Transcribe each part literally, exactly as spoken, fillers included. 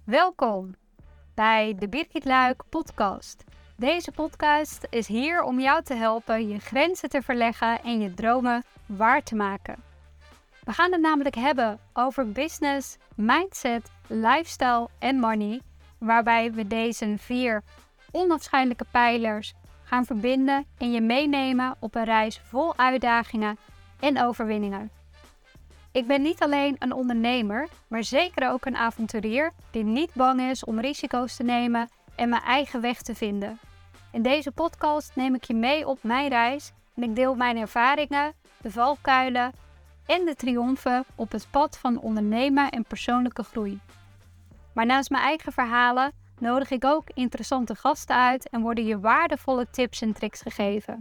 Welkom bij de Birgit Luik podcast. Deze podcast is hier om jou te helpen je grenzen te verleggen en je dromen waar te maken. We gaan het namelijk hebben over business, mindset, lifestyle en money, waarbij we deze vier onafscheidelijke pijlers gaan verbinden en je meenemen op een reis vol uitdagingen en overwinningen. Ik ben niet alleen een ondernemer, maar zeker ook een avonturier die niet bang is om risico's te nemen en mijn eigen weg te vinden. In deze podcast neem ik je mee op mijn reis en ik deel mijn ervaringen, de valkuilen en de triomfen op het pad van ondernemen en persoonlijke groei. Maar naast mijn eigen verhalen nodig ik ook interessante gasten uit en worden je waardevolle tips en tricks gegeven.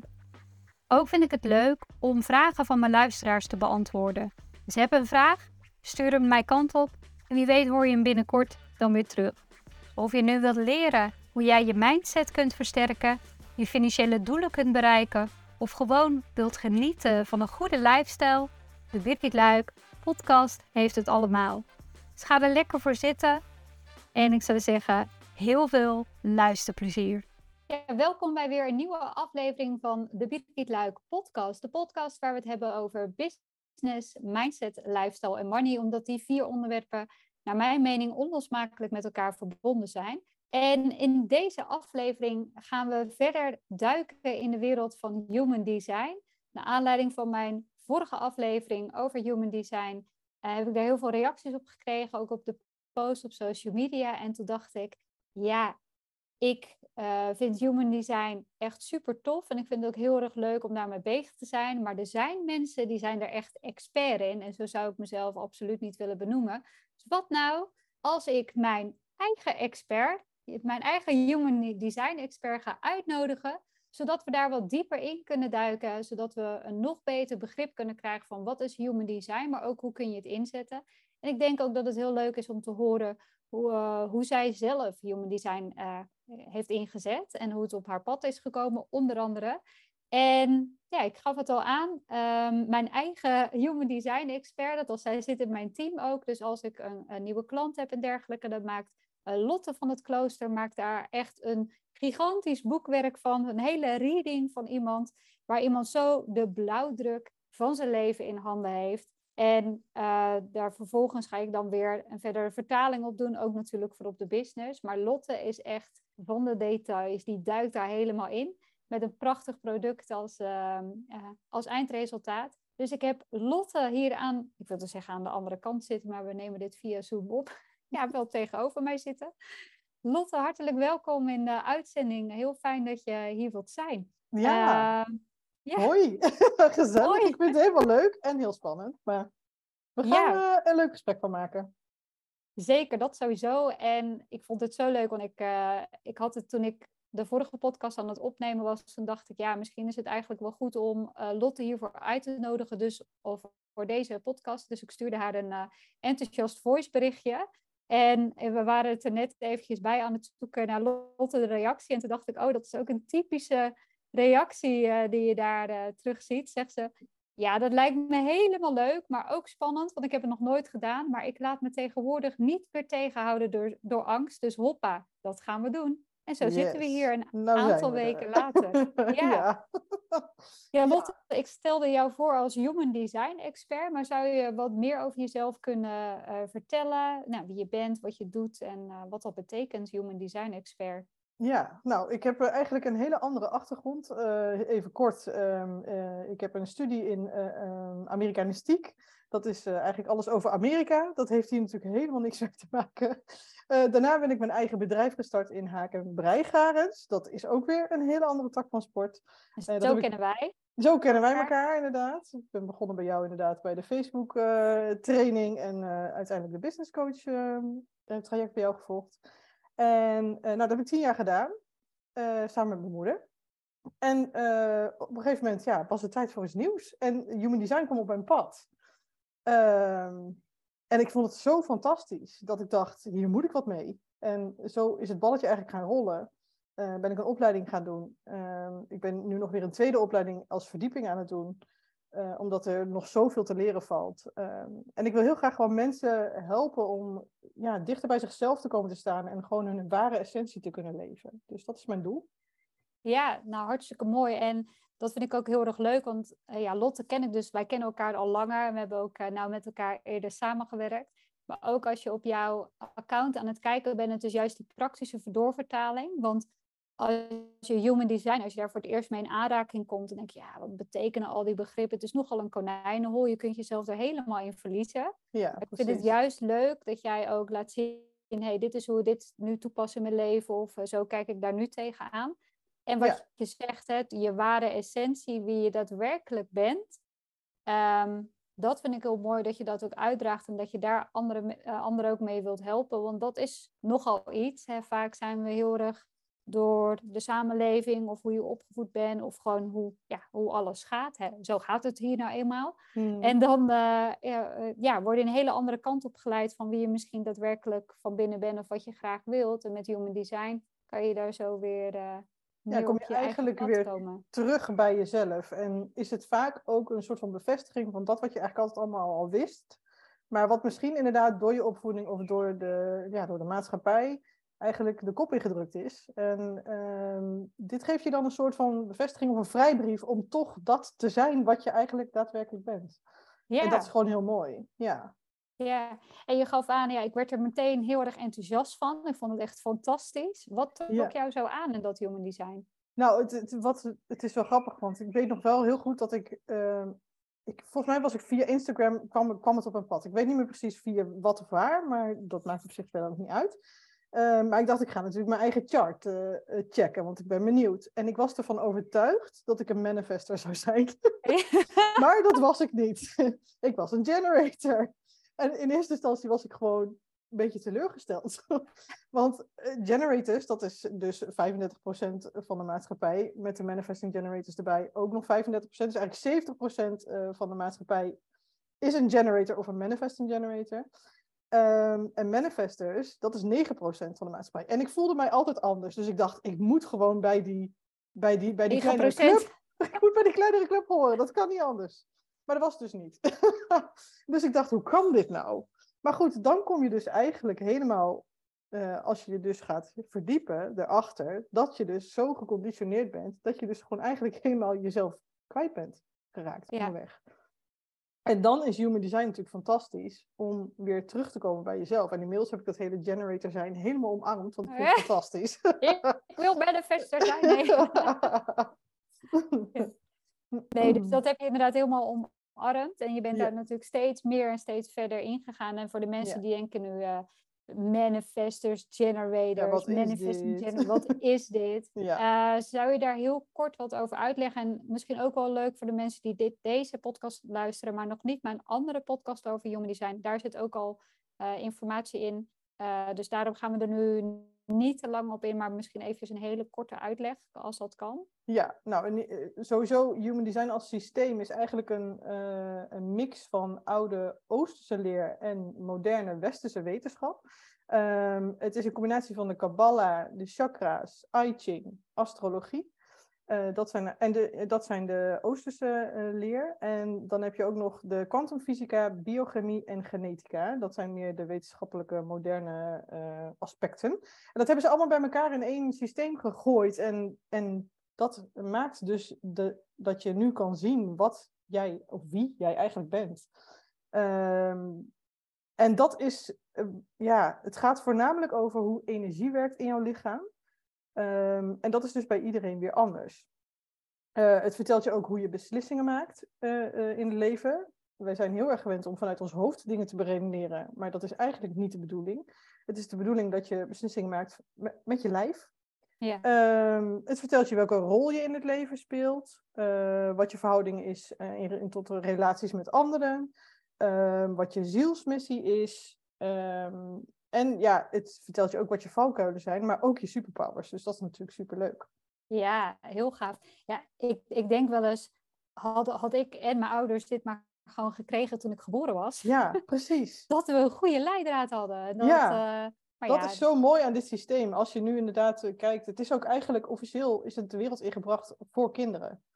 Ook vind ik het leuk om vragen van mijn luisteraars te beantwoorden. Dus heb een vraag, stuur hem mijn kant op en wie weet hoor je hem binnenkort dan weer terug. Of je nu wilt leren hoe jij je mindset kunt versterken, je financiële doelen kunt bereiken of gewoon wilt genieten van een goede lifestyle, de Birgit Luik podcast heeft het allemaal. Dus ga er lekker voor zitten en ik zou zeggen heel veel luisterplezier. Ja, welkom bij weer een nieuwe aflevering van de Birgit Luik podcast. De podcast waar we het hebben over business. Business, mindset, lifestyle en money, omdat die vier onderwerpen naar mijn mening onlosmakelijk met elkaar verbonden zijn. En in deze aflevering gaan we verder duiken in de wereld van human design. Naar aanleiding van mijn vorige aflevering over human design uh, heb ik daar heel veel reacties op gekregen, ook op de post op social media. En toen dacht ik, ja, ik uh, vind human design echt super tof en ik vind het ook heel erg leuk om daarmee bezig te zijn. Maar er zijn mensen die zijn er echt expert in en zo zou ik mezelf absoluut niet willen benoemen. Dus wat nou als ik mijn eigen expert, mijn eigen human design expert ga uitnodigen, zodat we daar wat dieper in kunnen duiken, zodat we een nog beter begrip kunnen krijgen van wat is human design, maar ook hoe kun je het inzetten. En ik denk ook dat het heel leuk is om te horen hoe, uh, hoe zij zelf human design uh, heeft ingezet en hoe het op haar pad is gekomen, onder andere. En ja, ik gaf het al aan, um, mijn eigen human design expert, dat als zij zit in mijn team ook, dus als ik een, een nieuwe klant heb en dergelijke, dan maakt uh, Lotte van het klooster maakt daar echt een gigantisch boekwerk van, een hele reading van iemand, waar iemand zo de blauwdruk van zijn leven in handen heeft. En uh, daar vervolgens ga ik dan weer een verdere vertaling op doen, ook natuurlijk voor op de business. Maar Lotte is echt van de details, die duikt daar helemaal in. Met een prachtig product als, uh, uh, als eindresultaat. Dus ik heb Lotte hier aan, ik wilde zeggen aan de andere kant zitten, maar we nemen dit via Zoom op. Ja, wel tegenover mij zitten. Lotte, hartelijk welkom in de uitzending. Heel fijn dat je hier wilt zijn. Ja, uh, ja. Hoi. Gezellig. Hoi. Ik vind het helemaal leuk en heel spannend. Maar we gaan Ja. uh, een leuk gesprek van maken. Zeker, dat sowieso. En ik vond het zo leuk, want ik, uh, ik had het toen ik de vorige podcast aan het opnemen was, toen dacht ik, ja, misschien is het eigenlijk wel goed om uh, Lotte hiervoor uit te nodigen, dus of voor deze podcast. Dus ik stuurde haar een uh, enthousiast voice berichtje. En we waren het er net eventjes bij aan het zoeken naar Lotte de reactie. En toen dacht ik, oh, dat is ook een typische reactie uh, die je daar uh, terug ziet. Zegt ze, ja, dat lijkt me helemaal leuk, maar ook spannend, want ik heb het nog nooit gedaan. Maar ik laat me tegenwoordig niet meer tegenhouden door, door angst. Dus hoppa, dat gaan we doen. En zo Yes. zitten we hier een nou aantal we weken er. later. Ja. ja. ja, Lotte, ja. Ik stelde jou voor als human design expert, maar zou je wat meer over jezelf kunnen uh, vertellen? Nou, wie je bent, wat je doet en uh, wat dat betekent, human design expert. Ja, nou, ik heb uh, eigenlijk een hele andere achtergrond. Uh, even kort, um, uh, ik heb een studie in uh, um, Amerikanistiek. Dat is uh, eigenlijk alles over Amerika. Dat heeft hier natuurlijk helemaal niks mee te maken. Uh, daarna ben ik mijn eigen bedrijf gestart in Haken Breigarens. Dat is ook weer een hele andere tak van sport. Dus uh, zo ik... kennen wij. Zo kennen wij elkaar inderdaad. Ik ben begonnen bij jou inderdaad bij de Facebook uh, training en uh, uiteindelijk de business coach uh, traject bij jou gevolgd. En uh, nou, dat heb ik tien jaar gedaan, uh, samen met mijn moeder. En uh, op een gegeven moment ja, was het tijd voor iets nieuws. En human design kwam op mijn pad. Uh, en ik vond het zo fantastisch dat ik dacht, hier moet ik wat mee. En zo is het balletje eigenlijk gaan rollen. Uh, ben ik een opleiding gaan doen. Uh, ik ben nu nog weer een tweede opleiding als verdieping aan het doen. Uh, omdat er nog zoveel te leren valt. Um, en ik wil heel graag gewoon mensen helpen om ja, dichter bij zichzelf te komen te staan en gewoon hun ware essentie te kunnen leven. Dus dat is mijn doel. Ja, nou hartstikke mooi. En dat vind ik ook heel erg leuk, want uh, ja, Lotte ken ik dus, wij kennen elkaar al langer en we hebben ook uh, nou met elkaar eerder samengewerkt. Maar ook als je op jouw account aan het kijken bent, het is juist die praktische doorvertaling. Want als je human design, als je daar voor het eerst mee in aanraking komt, dan denk je, ja, wat betekenen al die begrippen? Het is nogal een konijnenhol, je kunt jezelf er helemaal in verliezen. Ja, ik precies. vind het juist leuk dat jij ook laat zien, hey, dit is hoe ik dit nu toepas in mijn leven, of uh, zo kijk ik daar nu tegenaan. En wat ja. je zegt, hè, je ware essentie, wie je daadwerkelijk bent, um, dat vind ik heel mooi dat je dat ook uitdraagt en dat je daar anderen uh, andere ook mee wilt helpen. Want dat is nogal iets. Hè. Vaak zijn we heel erg door de samenleving of hoe je opgevoed bent of gewoon hoe, ja, hoe alles gaat. Hè. Zo gaat het hier nou eenmaal. Hmm. En dan uh, ja, uh, ja, word je een hele andere kant op geleid van wie je misschien daadwerkelijk van binnen bent of wat je graag wilt. En met Human Design kan je daar zo weer... Uh, Ja, kom je, je eigenlijk weer komen. terug bij jezelf. En is het vaak ook een soort van bevestiging van dat wat je eigenlijk altijd allemaal al wist. Maar wat misschien inderdaad door je opvoeding of door de, ja, door de maatschappij eigenlijk de kop ingedrukt is. En um, dit geeft je dan een soort van bevestiging of een vrijbrief om toch dat te zijn wat je eigenlijk daadwerkelijk bent. Ja. En dat is gewoon heel mooi. Ja. Ja, en je gaf aan, ja, ik werd er meteen heel erg enthousiast van. Ik vond het echt fantastisch. Wat trok ja. jou zo aan in dat human design? Nou, het, het, wat, het is wel grappig, want ik weet nog wel heel goed dat ik... Uh, ik volgens mij was ik via Instagram, kwam, kwam het op een pad. Ik weet niet meer precies via wat of waar, maar dat maakt op zich verder ook niet uit. Uh, maar ik dacht, ik ga natuurlijk mijn eigen chart uh, checken, want ik ben benieuwd. En ik was ervan overtuigd dat ik een manifester zou zijn. Maar dat was ik niet. Ik was een generator. En in eerste instantie was ik gewoon een beetje teleurgesteld. Want generators, dat is dus vijfendertig procent van de maatschappij, met de manifesting generators erbij ook nog vijfendertig procent. Dus eigenlijk zeventig procent van de maatschappij is een generator of een manifesting generator. Um, en manifestors, dat is negen procent van de maatschappij. En ik voelde mij altijd anders. Dus ik dacht, ik moet gewoon bij die, bij die, bij die kleinere club. Ik moet bij die kleinere club horen, dat kan niet anders. Maar dat was dus niet. Dus ik dacht, hoe kan dit nou? Maar goed, dan kom je dus eigenlijk helemaal, uh, als je je dus gaat verdiepen erachter, dat je dus zo geconditioneerd bent, dat je dus gewoon eigenlijk helemaal jezelf kwijt bent geraakt ja. onderweg. En dan is human design natuurlijk fantastisch om weer terug te komen bij jezelf. En inmiddels heb ik dat hele generator zijn helemaal omarmd, want ik vind het fantastisch. Ik wil manifester zijn, nee. Nee, dus dat heb je inderdaad helemaal omarmd. En je bent ja. daar natuurlijk steeds meer en steeds verder ingegaan. En voor de mensen ja. die denken nu, uh, manifestors, generators, ja, wat manifesting generators, wat is dit? Ja. Uh, zou je daar heel kort wat over uitleggen? En misschien ook wel leuk voor de mensen die dit, deze podcast luisteren, maar nog niet mijn andere podcast over human design. Daar zit ook al uh, informatie in. Uh, dus daarom gaan we er nu niet te lang op in, maar misschien even een hele korte uitleg, als dat kan. Ja, nou sowieso human design als systeem is eigenlijk een, uh, een mix van oude Oosterse leer en moderne Westerse wetenschap. Um, het is een combinatie van de Kabbalah, de chakra's, I Ching, astrologie. Uh, dat, zijn, en de, dat zijn de Oosterse uh, leer. En dan heb je ook nog de kwantumfysica, biochemie en genetica. Dat zijn meer de wetenschappelijke moderne uh, aspecten. En dat hebben ze allemaal bij elkaar in één systeem gegooid. En, en dat maakt dus de, dat je nu kan zien wat jij of wie jij eigenlijk bent. Um, en dat is, uh, ja, het gaat voornamelijk over hoe energie werkt in jouw lichaam. Um, en dat is dus bij iedereen weer anders. Uh, het vertelt je ook hoe je beslissingen maakt uh, uh, in het leven. Wij zijn heel erg gewend om vanuit ons hoofd dingen te beredeneren, maar dat is eigenlijk niet de bedoeling. Het is de bedoeling dat je beslissingen maakt met, met je lijf. Ja. Um, het vertelt je welke rol je in het leven speelt, uh, wat je verhouding is uh, in, in, tot relaties met anderen, uh, wat je zielsmissie is. Um, En ja, het vertelt je ook wat je valkuilen zijn, maar ook je superpowers. Dus dat is natuurlijk superleuk. Ja, heel gaaf. Ja, ik, ik denk wel eens, had, had ik en mijn ouders dit maar gewoon gekregen toen ik geboren was. Ja, precies. Dat we een goede leidraad hadden. Dat, ja, uh, maar dat ja, is zo mooi aan dit systeem. Als je nu inderdaad uh, kijkt, het is ook eigenlijk officieel is het de wereld ingebracht voor kinderen.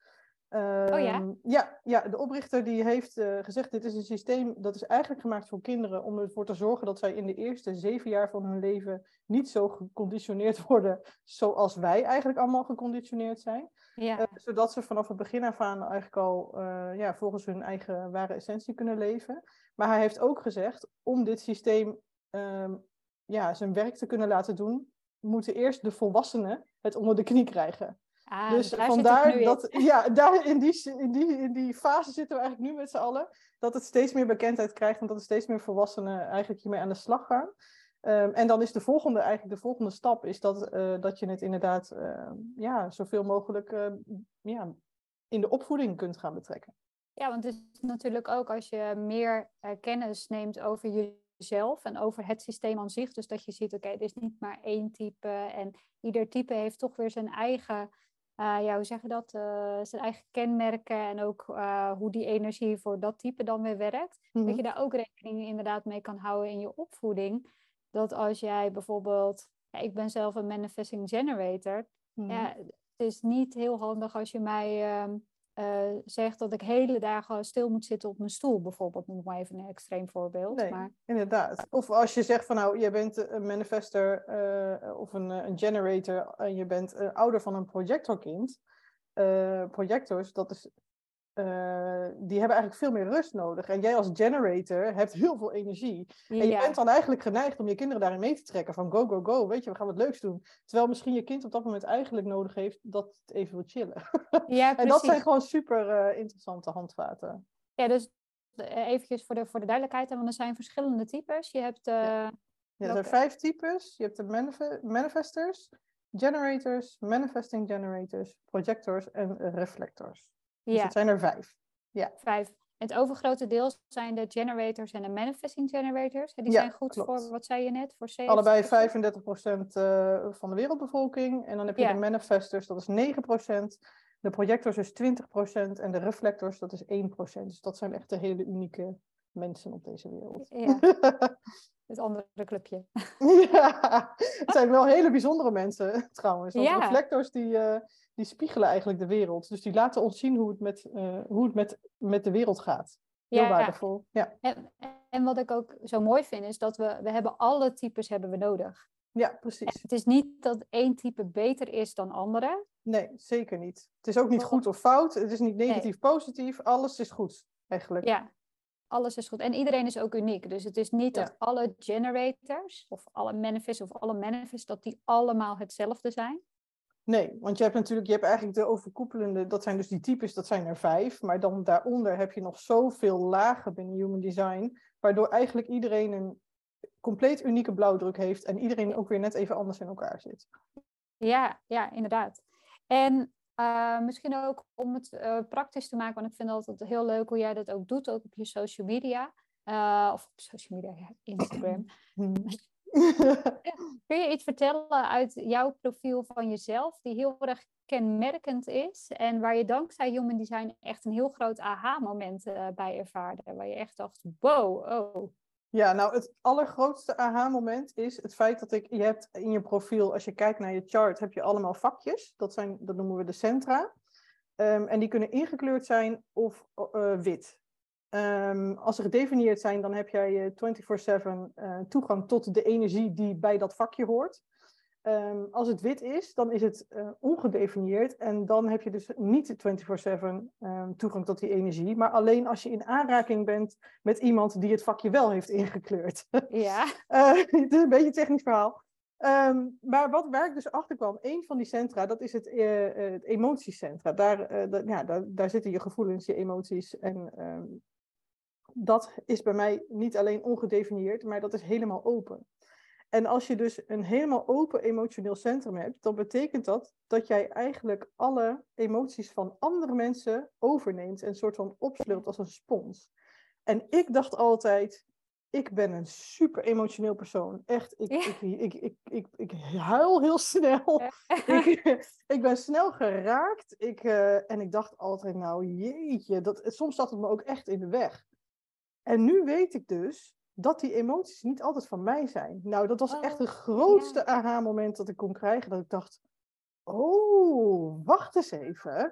Oh ja? Um, ja, ja, de oprichter die heeft uh, gezegd, dit is een systeem dat is eigenlijk gemaakt voor kinderen om ervoor te zorgen dat zij in de eerste zeven jaar van hun leven niet zo geconditioneerd worden zoals wij eigenlijk allemaal geconditioneerd zijn. Ja. Uh, zodat ze vanaf het begin af aan eigenlijk al uh, ja, volgens hun eigen ware essentie kunnen leven. Maar hij heeft ook gezegd, om dit systeem um, ja, zijn werk te kunnen laten doen, moeten eerst de volwassenen het onder de knie krijgen. Ah, dus daar vandaar nu dat, ja, daar in die, in, die, in die fase zitten we eigenlijk nu met z'n allen, dat het steeds meer bekendheid krijgt en dat er steeds meer volwassenen eigenlijk hiermee aan de slag gaan. Um, en dan is de volgende, eigenlijk de volgende stap, is dat, uh, dat je het inderdaad uh, ja, zoveel mogelijk uh, ja, in de opvoeding kunt gaan betrekken. Ja, want het is natuurlijk ook als je meer uh, kennis neemt over jezelf en over het systeem aan zich. Dus dat je ziet, oké, okay, er is niet maar één type en ieder type heeft toch weer zijn eigen... Uh, ja, hoe zeg je dat? Uh, zijn eigen kenmerken en ook uh, hoe die energie voor dat type dan weer werkt. Mm-hmm. Dat je daar ook rekening inderdaad mee kan houden in je opvoeding. Dat als jij bijvoorbeeld... Ja, ik ben zelf een manifesting generator. Mm-hmm. Ja, het is niet heel handig als je mij uh, uh, zegt dat ik hele dagen stil moet zitten op mijn stoel. Bijvoorbeeld, noem maar even een extreem voorbeeld. Nee, maar... inderdaad. Of als je zegt van nou, je bent een manifester uh, of een, een generator en je bent uh, ouder van een projectorkind. Uh, projectors, dat is, uh, die hebben eigenlijk veel meer rust nodig. En jij als generator hebt heel veel energie. Ja. En je bent dan eigenlijk geneigd om je kinderen daarin mee te trekken. Van go, go, go, weet je, we gaan wat leuks doen. Terwijl misschien je kind op dat moment eigenlijk nodig heeft dat het even wil chillen. Ja, en dat zijn gewoon super uh, interessante handvaten. Ja, dus eventjes voor de, voor de duidelijkheid, want er zijn verschillende types. Je hebt... Uh, ja. Ja, er zijn vijf types. Je hebt de manif- manifestors, generators, manifesting generators, projectors en reflectors. Dus ja. Het zijn er vijf. Ja. Vijf. Het overgrote deel zijn de generators en de manifesting generators. Die ja, zijn goed klopt. Voor, wat zei je net? Voor zeventig procent? Allebei vijfendertig procent uh, van de wereldbevolking. En dan heb je ja. de manifestors, dat is negen procent. De projectors is twintig procent. En de reflectors, dat is één procent. Dus dat zijn echt de hele unieke mensen op deze wereld. Ja. Het andere clubje. Ja, het zijn wel hele bijzondere mensen trouwens. Want ja. reflectors die, uh, die spiegelen eigenlijk de wereld. Dus die laten ons zien hoe het met, uh, hoe het met, met de wereld gaat. Heel ja, waardevol. Ja. En, en wat ik ook zo mooi vind is dat we, we hebben alle types hebben we nodig. Ja, precies. En het is niet dat één type beter is dan andere. Nee, zeker niet. Het is ook niet goed of fout. Het is niet negatief, nee. positief. Alles is goed, eigenlijk. Ja. Alles is goed. En iedereen is ook uniek. Dus het is niet dat ja. alle generators of alle manifests of alle manifests, dat die allemaal hetzelfde zijn. Nee, want je hebt natuurlijk, je hebt eigenlijk de overkoepelende, dat zijn dus die types, dat zijn er vijf. Maar dan daaronder heb je nog zoveel lagen binnen Human Design, waardoor eigenlijk iedereen een compleet unieke blauwdruk heeft en iedereen ook weer net even anders in elkaar zit. Ja, ja, inderdaad. En Uh, misschien ook om het uh, praktisch te maken, want ik vind het altijd heel leuk hoe jij dat ook doet, ook op je social media. Uh, of op social media, ja, Instagram. Kun je iets vertellen uit jouw profiel van jezelf, die heel erg kenmerkend is en waar je dankzij Human Design echt een heel groot aha-moment uh, bij ervaarde, waar je echt dacht, wow, oh. Ja, nou het allergrootste aha-moment is het feit dat ik, je hebt in je profiel, als je kijkt naar je chart, heb je allemaal vakjes. Dat zijn, dat noemen we de centra. Um, en die kunnen ingekleurd zijn of uh, wit. Um, als ze gedefinieerd zijn, dan heb jij vierentwintig zeven uh, toegang tot de energie die bij dat vakje hoort. Um, als het wit is, dan is het uh, ongedefinieerd en dan heb je dus niet vierentwintig zeven um, toegang tot die energie, maar alleen als je in aanraking bent met iemand die het vakje wel heeft ingekleurd. Ja. uh, het is een beetje een technisch verhaal. Um, maar wat, waar ik dus achter kwam, één van die centra, dat is het, uh, uh, het emotiecentra. Daar, uh, da, ja, daar, daar zitten je gevoelens, je emoties en um, dat is bij mij niet alleen ongedefinieerd, maar dat is helemaal open. En als je dus een helemaal open emotioneel centrum hebt, dan betekent dat dat jij eigenlijk alle emoties van andere mensen overneemt en een soort van opslurpt als een spons. En ik dacht altijd, ik ben een super emotioneel persoon. Echt, ik, ja. ik, ik, ik, ik, ik huil heel snel. ik, ik ben snel geraakt. Ik, uh, en ik dacht altijd, nou jeetje, dat, soms zat het me ook echt in de weg. En nu weet ik dus dat die emoties niet altijd van mij zijn. Nou, dat was oh, echt het grootste ja. aha-moment dat ik kon krijgen. Dat ik dacht, oh, wacht eens even.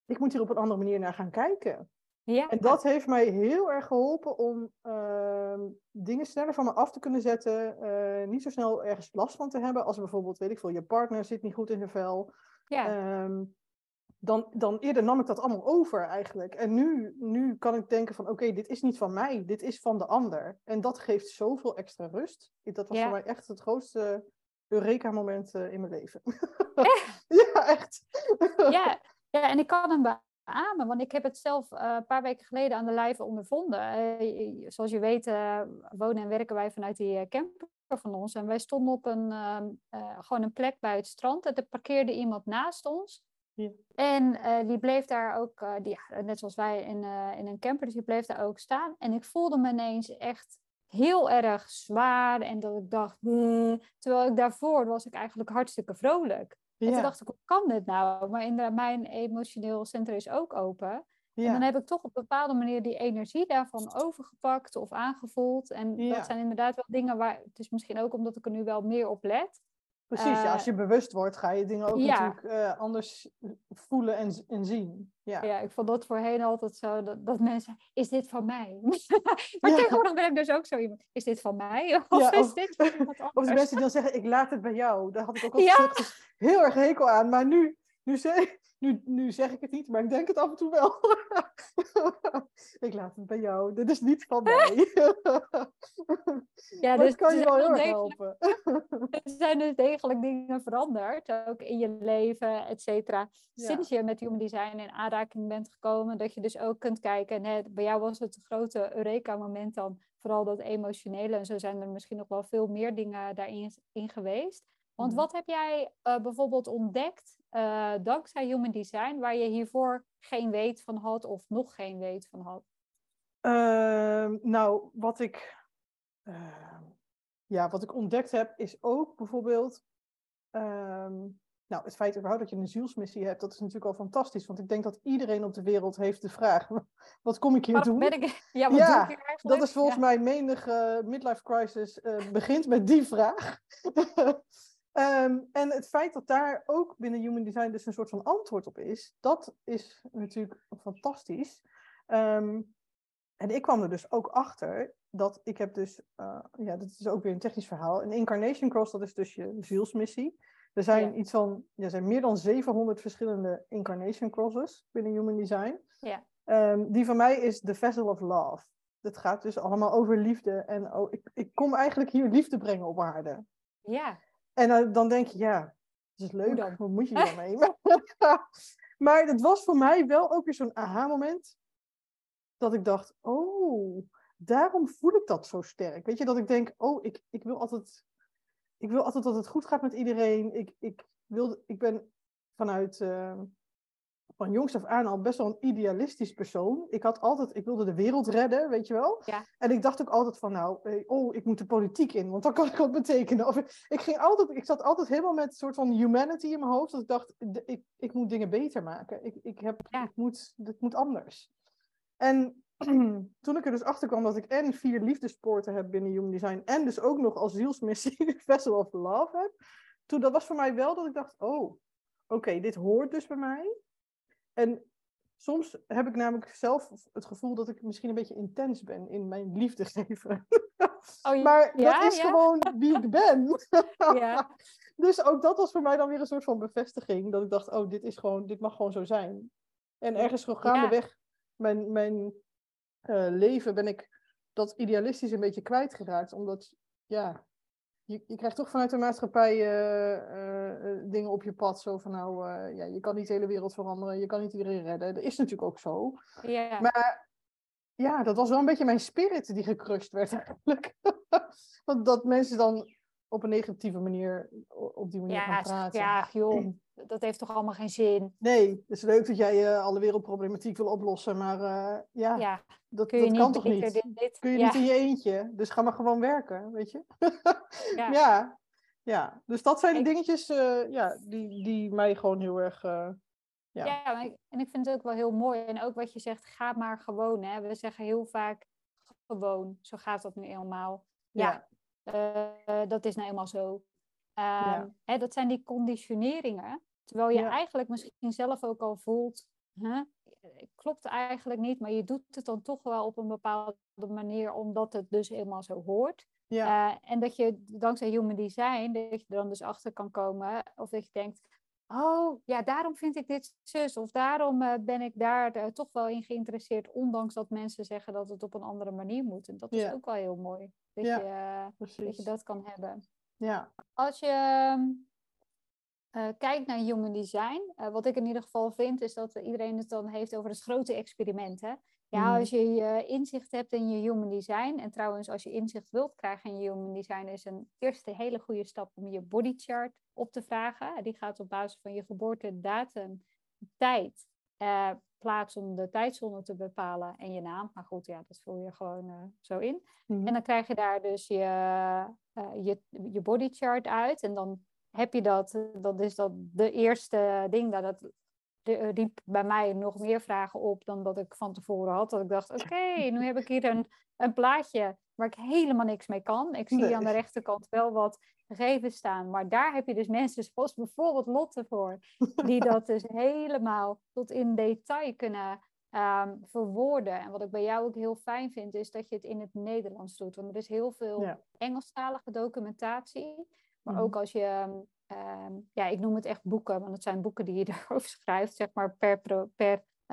ik moet hier op een andere manier naar gaan kijken. Ja. En dat heeft mij heel erg geholpen om uh, dingen sneller van me af te kunnen zetten. Uh, niet zo snel ergens last van te hebben. Als bijvoorbeeld, weet ik veel, je partner zit niet goed in zijn vel. Ja. Um, dan, dan eerder nam ik dat allemaal over eigenlijk. En nu, nu kan ik denken van, oké, okay, dit is niet van mij. Dit is van de ander. En dat geeft zoveel extra rust. Dat was Ja. voor mij echt het grootste Eureka-moment uh, in mijn leven. Echt? Ja, echt. Ja. Ja, en ik kan hem beamen, want ik heb het zelf uh, een paar weken geleden aan de lijve ondervonden. Uh, zoals je weet uh, wonen en werken wij vanuit die uh, camper van ons. En wij stonden op een, uh, uh, gewoon een plek bij het strand. En er parkeerde iemand naast ons. Ja. En uh, die bleef daar ook, uh, die, net zoals wij in, uh, in een camper, dus die bleef daar ook staan. En ik voelde me ineens echt heel erg zwaar. En dat ik dacht, nee. Terwijl ik daarvoor was ik eigenlijk hartstikke vrolijk. Ja. En toen dacht ik, hoe kan dit nou? Maar inderdaad, mijn emotioneel centrum is ook open. Ja. En dan heb ik toch op een bepaalde manier die energie daarvan overgepakt of aangevoeld. En Ja. dat zijn inderdaad wel dingen waar, het is misschien ook omdat ik er nu wel meer op let. Precies, uh, ja, als je bewust wordt, ga je dingen ook ja. natuurlijk uh, anders voelen en, en zien. Ja. ja, ik vond dat voorheen altijd zo, dat, dat mensen, is dit van mij? maar ja. tegenwoordig ben ik dus ook zo iemand, is dit van mij? Of ja, is of, dit van iemand anders? Of de mensen die dan zeggen, ik laat het bij jou. Daar had ik ook altijd ja. dus heel erg hekel aan. Maar nu, nu, zeg, nu, nu zeg ik het niet, maar ik denk het af en toe wel. ik laat het bij jou, dit is niet van mij. ja, maar dus het kan je wel heel erg degelijk, helpen. er zijn dus degelijk dingen veranderd, ook in je leven, et cetera. Ja. Sinds je met Human Design in aanraking bent gekomen, dat je dus ook kunt kijken, hè, bij jou was het een grote Eureka-moment dan, vooral dat emotionele, en zo zijn er misschien nog wel veel meer dingen daarin in geweest. Want Mm-hmm. wat heb jij uh, bijvoorbeeld ontdekt, uh, dankzij Human Design, waar je hiervoor geen weet van had of nog geen weet van had? Uh, nou, wat ik, uh, ja, wat ik ontdekt heb, is ook bijvoorbeeld, um, nou, het feit überhaupt dat je een zielsmissie hebt, dat is natuurlijk al fantastisch. Want ik denk dat iedereen op de wereld heeft de vraag, wat kom ik hier Waarom doen? Ben ik, ja, wat ja, doe ik hier eigenlijk? Dat is volgens ja. mij menige uh, midlife crisis uh, begint met die vraag. Um, en het feit dat daar ook binnen Human Design dus een soort van antwoord op is, dat is natuurlijk fantastisch. Um, en ik kwam er dus ook achter dat ik heb dus, uh, ja, dat is ook weer een technisch verhaal, een Incarnation Cross, dat is dus je zielsmissie. Er zijn ja. iets van, ja, er zijn meer dan zevenhonderd verschillende Incarnation Crosses binnen Human Design. Ja. Um, die van mij is The Vessel of Love. Het gaat dus allemaal over liefde en oh, ik, ik kom eigenlijk hier liefde brengen op aarde. Ja. En uh, dan denk je, ja, dat is leuk, wat moet je hier dan mee? Maar het was voor mij wel ook weer zo'n aha-moment. Dat ik dacht, oh, daarom voel ik dat zo sterk. Weet je, dat ik denk, oh, ik, ik wil altijd, ik wil altijd dat het goed gaat met iedereen. Ik, ik, wil, ik ben vanuit, uh, van jongs af aan al best wel een idealistisch persoon. Ik had altijd, ik wilde de wereld redden, weet je wel. Ja. En ik dacht ook altijd van, nou, oh, ik moet de politiek in, want dan kan ik wat betekenen. Of ik, ik ging altijd, ik zat altijd helemaal met een soort van humanity in mijn hoofd. Dat ik dacht, ik, ik moet dingen beter maken. Ik, ik heb, Ja. ik moet, dit moet anders. En toen ik er dus achter kwam dat ik en vier liefdespoorten heb binnen Human Design en dus ook nog als zielsmissie de Vessel of Love heb, toen dat was voor mij wel dat ik dacht, oh, oké, okay, dit hoort dus bij mij. En soms heb ik namelijk zelf het gevoel dat ik misschien een beetje intens ben in mijn liefde geven. Oh, maar ja, dat is ja? gewoon wie ik ben. ja. Dus ook dat was voor mij dan weer een soort van bevestiging, dat ik dacht, oh, dit is gewoon, dit mag gewoon zo zijn. En ergens gewoon gaandeweg ja. mijn, mijn uh, leven ben ik dat idealistisch een beetje kwijtgeraakt. Omdat, ja, je, je krijgt toch vanuit de maatschappij uh, uh, dingen op je pad. Zo van, nou, uh, ja, je kan niet de hele wereld veranderen. Je kan niet iedereen redden. Dat is natuurlijk ook zo. Ja. Maar ja, dat was wel een beetje mijn spirit die gecrushed werd eigenlijk. Want dat mensen dan op een negatieve manier op die manier ja, gaan praten. Ja, joh. Dat heeft toch allemaal geen zin? Nee, het is leuk dat jij uh, alle wereldproblematiek wil oplossen, maar uh, ja, ja, dat, kun je dat niet kan toch niet? Dit, dit? Kun je ja. niet in je eentje, dus ga maar gewoon werken, weet je? ja. ja, ja, dus dat zijn de ik... dingetjes uh, ja, die, die mij gewoon heel erg... Uh, ja, ja ik, en ik vind het ook wel heel mooi. En ook wat je zegt, ga maar gewoon. Hè? We zeggen heel vaak gewoon, zo gaat dat nu eenmaal. Ja, ja. Uh, dat is nou eenmaal zo. Um, ja. hè, dat zijn die conditioneringen. Terwijl je ja. eigenlijk misschien zelf ook al voelt huh? Klopt eigenlijk niet, maar je doet het dan toch wel op een bepaalde manier, omdat het dus helemaal zo hoort. Ja, Uh, en dat je dankzij human design, dat je er dan dus achter kan komen, of dat je denkt, oh ja, daarom vind ik dit zus, of daarom uh, ben ik daar uh, toch wel in geïnteresseerd, ondanks dat mensen zeggen dat het op een andere manier moet. En dat is ja, ook wel heel mooi, dat, ja, je, uh, dat je precies. dat kan hebben. Ja. Als je uh, kijkt naar human design, uh, wat ik in ieder geval vind, is dat iedereen het dan heeft over het grote experiment. Hè? Ja, als je je inzicht hebt in je human design, en trouwens als je inzicht wilt krijgen in je human design, is een eerste hele goede stap om je bodychart op te vragen. Die gaat op basis van je geboortedatum, tijd, uh, plaats om de tijdzone te bepalen en je naam. Maar goed, ja, dat vul je gewoon uh, zo in. Mm-hmm. En dan krijg je daar dus je, uh, je, je bodychart uit en dan heb je dat, dat is dat de eerste ding dat het de, riep bij mij nog meer vragen op dan dat ik van tevoren had. Dat ik dacht, oké, okay, nu heb ik hier een, een plaatje waar ik helemaal niks mee kan. Ik zie nee. aan de rechterkant wel wat gegevens staan, maar daar heb je dus mensen zoals bijvoorbeeld Lotte voor, die dat dus helemaal tot in detail kunnen um, verwoorden. En wat ik bij jou ook heel fijn vind, is dat je het in het Nederlands doet. Want er is heel veel ja. Engelstalige documentatie, maar mm-hmm. ook als je... Um, ja, ik noem het echt boeken, want het zijn boeken die je erover schrijft, zeg maar per, pro, per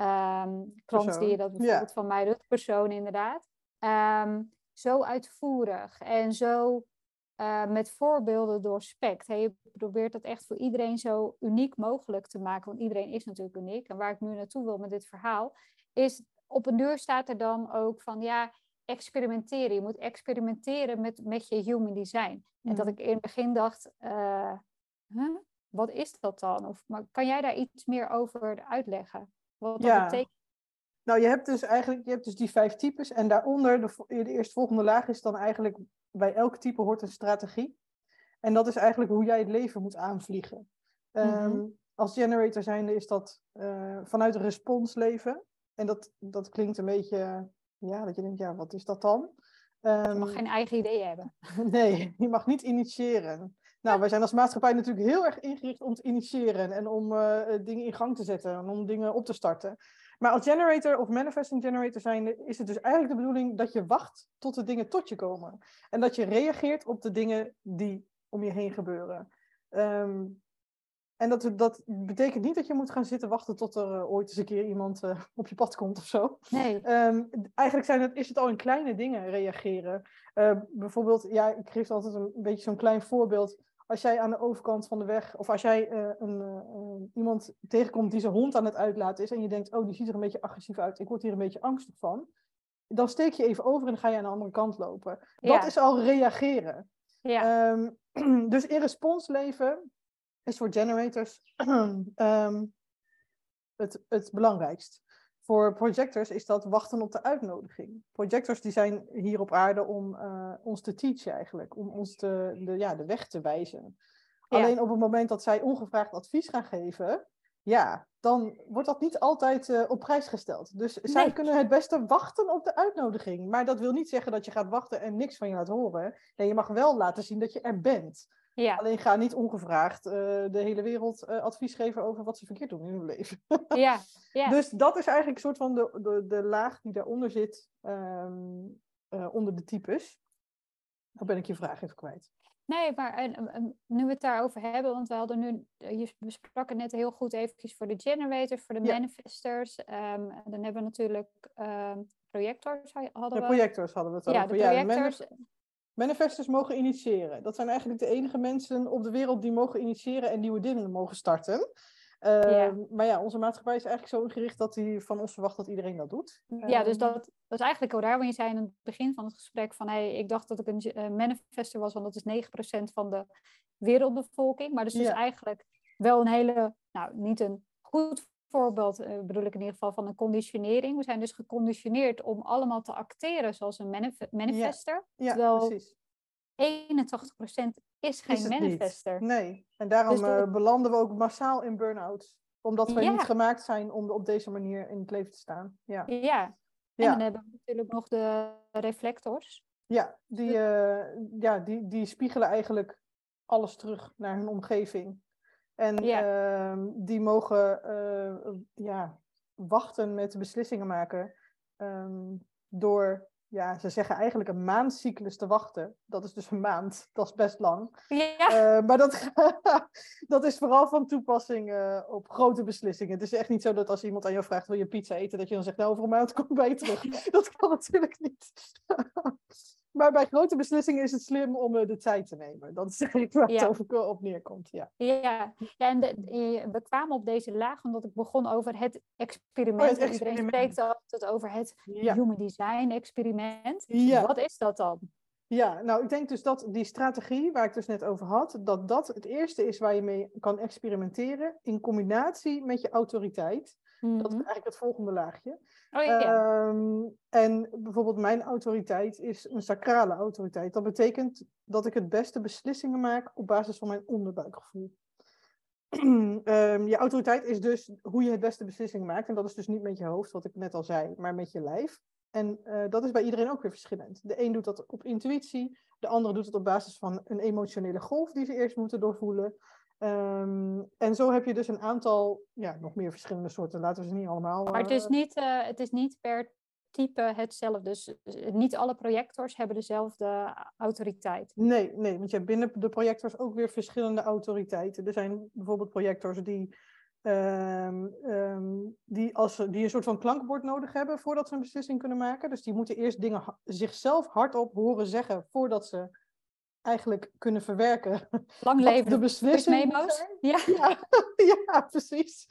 um, klant persoon. Die je dat bijvoorbeeld ja. van mij doet, persoon inderdaad. Um, zo uitvoerig en zo uh, met voorbeelden doorspekt. Hey, je probeert dat echt voor iedereen zo uniek mogelijk te maken, want iedereen is natuurlijk uniek. En waar ik nu naartoe wil met dit verhaal, is op een deur staat er dan ook van, ja, experimenteren. Je moet experimenteren met, met je human design. Mm. En dat ik in het begin dacht... Uh, Huh? Wat is dat dan? Of, maar kan jij daar iets meer over uitleggen? Wat dat ja. betekent? Nou, je hebt dus eigenlijk je hebt dus die vijf types. En daaronder, de, de eerstvolgende laag is dan eigenlijk... Bij elk type hoort een strategie. En dat is eigenlijk hoe jij het leven moet aanvliegen. Mm-hmm. Um, als generator zijnde is dat uh, vanuit een respons leven. En dat, dat klinkt een beetje... Ja, dat je denkt, ja, wat is dat dan? Um, je mag geen eigen idee hebben. Nee, je mag niet initiëren. Nou, wij zijn als maatschappij natuurlijk heel erg ingericht om te initiëren en om uh, dingen in gang te zetten en om dingen op te starten. Maar als generator of manifesting generator zijnde is het dus eigenlijk de bedoeling dat je wacht tot de dingen tot je komen. En dat je reageert op de dingen die om je heen gebeuren. Um, en dat, dat betekent niet dat je moet gaan zitten wachten tot er uh, ooit eens een keer iemand uh, op je pad komt of zo. Nee. Um, eigenlijk zijn het, is het al in kleine dingen reageren. Uh, bijvoorbeeld, ja, ik geef altijd een, een beetje zo'n klein voorbeeld. Als jij aan de overkant van de weg, of als jij uh, een, uh, iemand tegenkomt die zijn hond aan het uitlaten is en je denkt, oh, die ziet er een beetje agressief uit, ik word hier een beetje angstig van. Dan steek je even over en dan ga je aan de andere kant lopen. Dat ja. is al reageren. Ja. Um, dus in respons leven is voor generators um, het, het belangrijkst. Voor projectors is dat wachten op de uitnodiging. Projectors die zijn hier op aarde om uh, ons te teachen eigenlijk. Om ons te, de, ja, de weg te wijzen. Ja. Alleen op het moment dat zij ongevraagd advies gaan geven... Ja, dan wordt dat niet altijd uh, op prijs gesteld. Dus nee. zij kunnen het beste wachten op de uitnodiging. Maar dat wil niet zeggen dat je gaat wachten en niks van je laat horen. Nee, je mag wel laten zien dat je er bent. Ja. Alleen ga niet ongevraagd uh, de hele wereld uh, advies geven over wat ze verkeerd doen in hun leven. Ja. Ja. Dus dat is eigenlijk een soort van de, de, de laag die daaronder zit, um, uh, onder de types. Dan ben ik je vraag even kwijt. Nee, maar uh, uh, nu we het daarover hebben, want we hadden nu, uh, je besprak het net heel goed eventjes voor de generators, voor de ja. manifestors. Um, en dan hebben we natuurlijk um, projectors. Hadden de we... projectors hadden we het ja, over. De projectors... Ja, de manif- manifestors mogen initiëren. Dat zijn eigenlijk de enige mensen op de wereld die mogen initiëren en nieuwe dingen mogen starten. Uh, ja. Maar ja, onze maatschappij is eigenlijk zo ingericht dat hij van ons verwacht dat iedereen dat doet. Ja, um, dus dat, dat is eigenlijk al raar, want je zei in het begin van het gesprek van hey, ik dacht dat ik een uh, manifester was, want dat is negen procent van de wereldbevolking. Maar dus, dus ja. eigenlijk wel een hele, nou niet een goed voorbeeld, uh, bedoel ik in ieder geval van een conditionering. We zijn dus geconditioneerd om allemaal te acteren zoals een manif- manifester. Ja, ja terwijl precies. eenentachtig procent is geen is manifester. Niet. Nee, en daarom dus uh, belanden we ook massaal in burn-outs. Omdat we ja. niet gemaakt zijn om op deze manier in het leven te staan. Ja, ja. en ja. dan hebben we natuurlijk nog de reflectors. Ja, die, uh, ja die, die spiegelen eigenlijk alles terug naar hun omgeving. En ja. uh, die mogen uh, ja, wachten met beslissingen maken um, door, ja, ze zeggen eigenlijk een maandcyclus te wachten. Dat is dus een maand, dat is best lang. Ja. Uh, maar dat, dat is vooral van toepassing uh, op grote beslissingen. Het is echt niet zo dat als iemand aan jou vraagt, wil je pizza eten, dat je dan zegt, nou over een maand kom ik bij je terug. Dat kan natuurlijk niet. Maar bij grote beslissingen is het slim om uh, de tijd te nemen. Dat is eigenlijk waar het ja. over op neerkomt. Ja, ja, ja en de, de, we kwamen op deze laag omdat ik begon over het experiment. Oh, het experiment. Iedereen spreekt altijd over het ja. Human Design experiment. Ja. Wat is dat dan? Ja, nou ik denk dus dat die strategie waar ik dus net over had, dat dat het eerste is waar je mee kan experimenteren in combinatie met je autoriteit. Mm-hmm. Dat is eigenlijk het volgende laagje. Oh, ja. um, en bijvoorbeeld mijn autoriteit is een sacrale autoriteit. Dat betekent dat ik het beste beslissingen maak op basis van mijn onderbuikgevoel. um, je autoriteit is dus hoe je het beste beslissingen maakt. En dat is dus niet met je hoofd, wat ik net al zei, maar met je lijf. En uh, dat is bij iedereen ook weer verschillend. De een doet dat op intuïtie, de andere doet het op basis van een emotionele golf die ze eerst moeten doorvoelen. Um, en zo heb je dus een aantal, ja, nog meer verschillende soorten. Laten we ze niet allemaal... Uh... Maar het is niet, uh, het is niet per type hetzelfde. Dus niet alle projectors hebben dezelfde autoriteit. Nee, nee, want je hebt binnen de projectors ook weer verschillende autoriteiten. Er zijn bijvoorbeeld projectors die... Um, um, die, als, die een soort van klankbord nodig hebben voordat ze een beslissing kunnen maken. Dus die moeten eerst dingen ha- zichzelf hardop horen zeggen voordat ze eigenlijk kunnen verwerken. Lang leven de beslissing. Ja. Ja, ja, precies.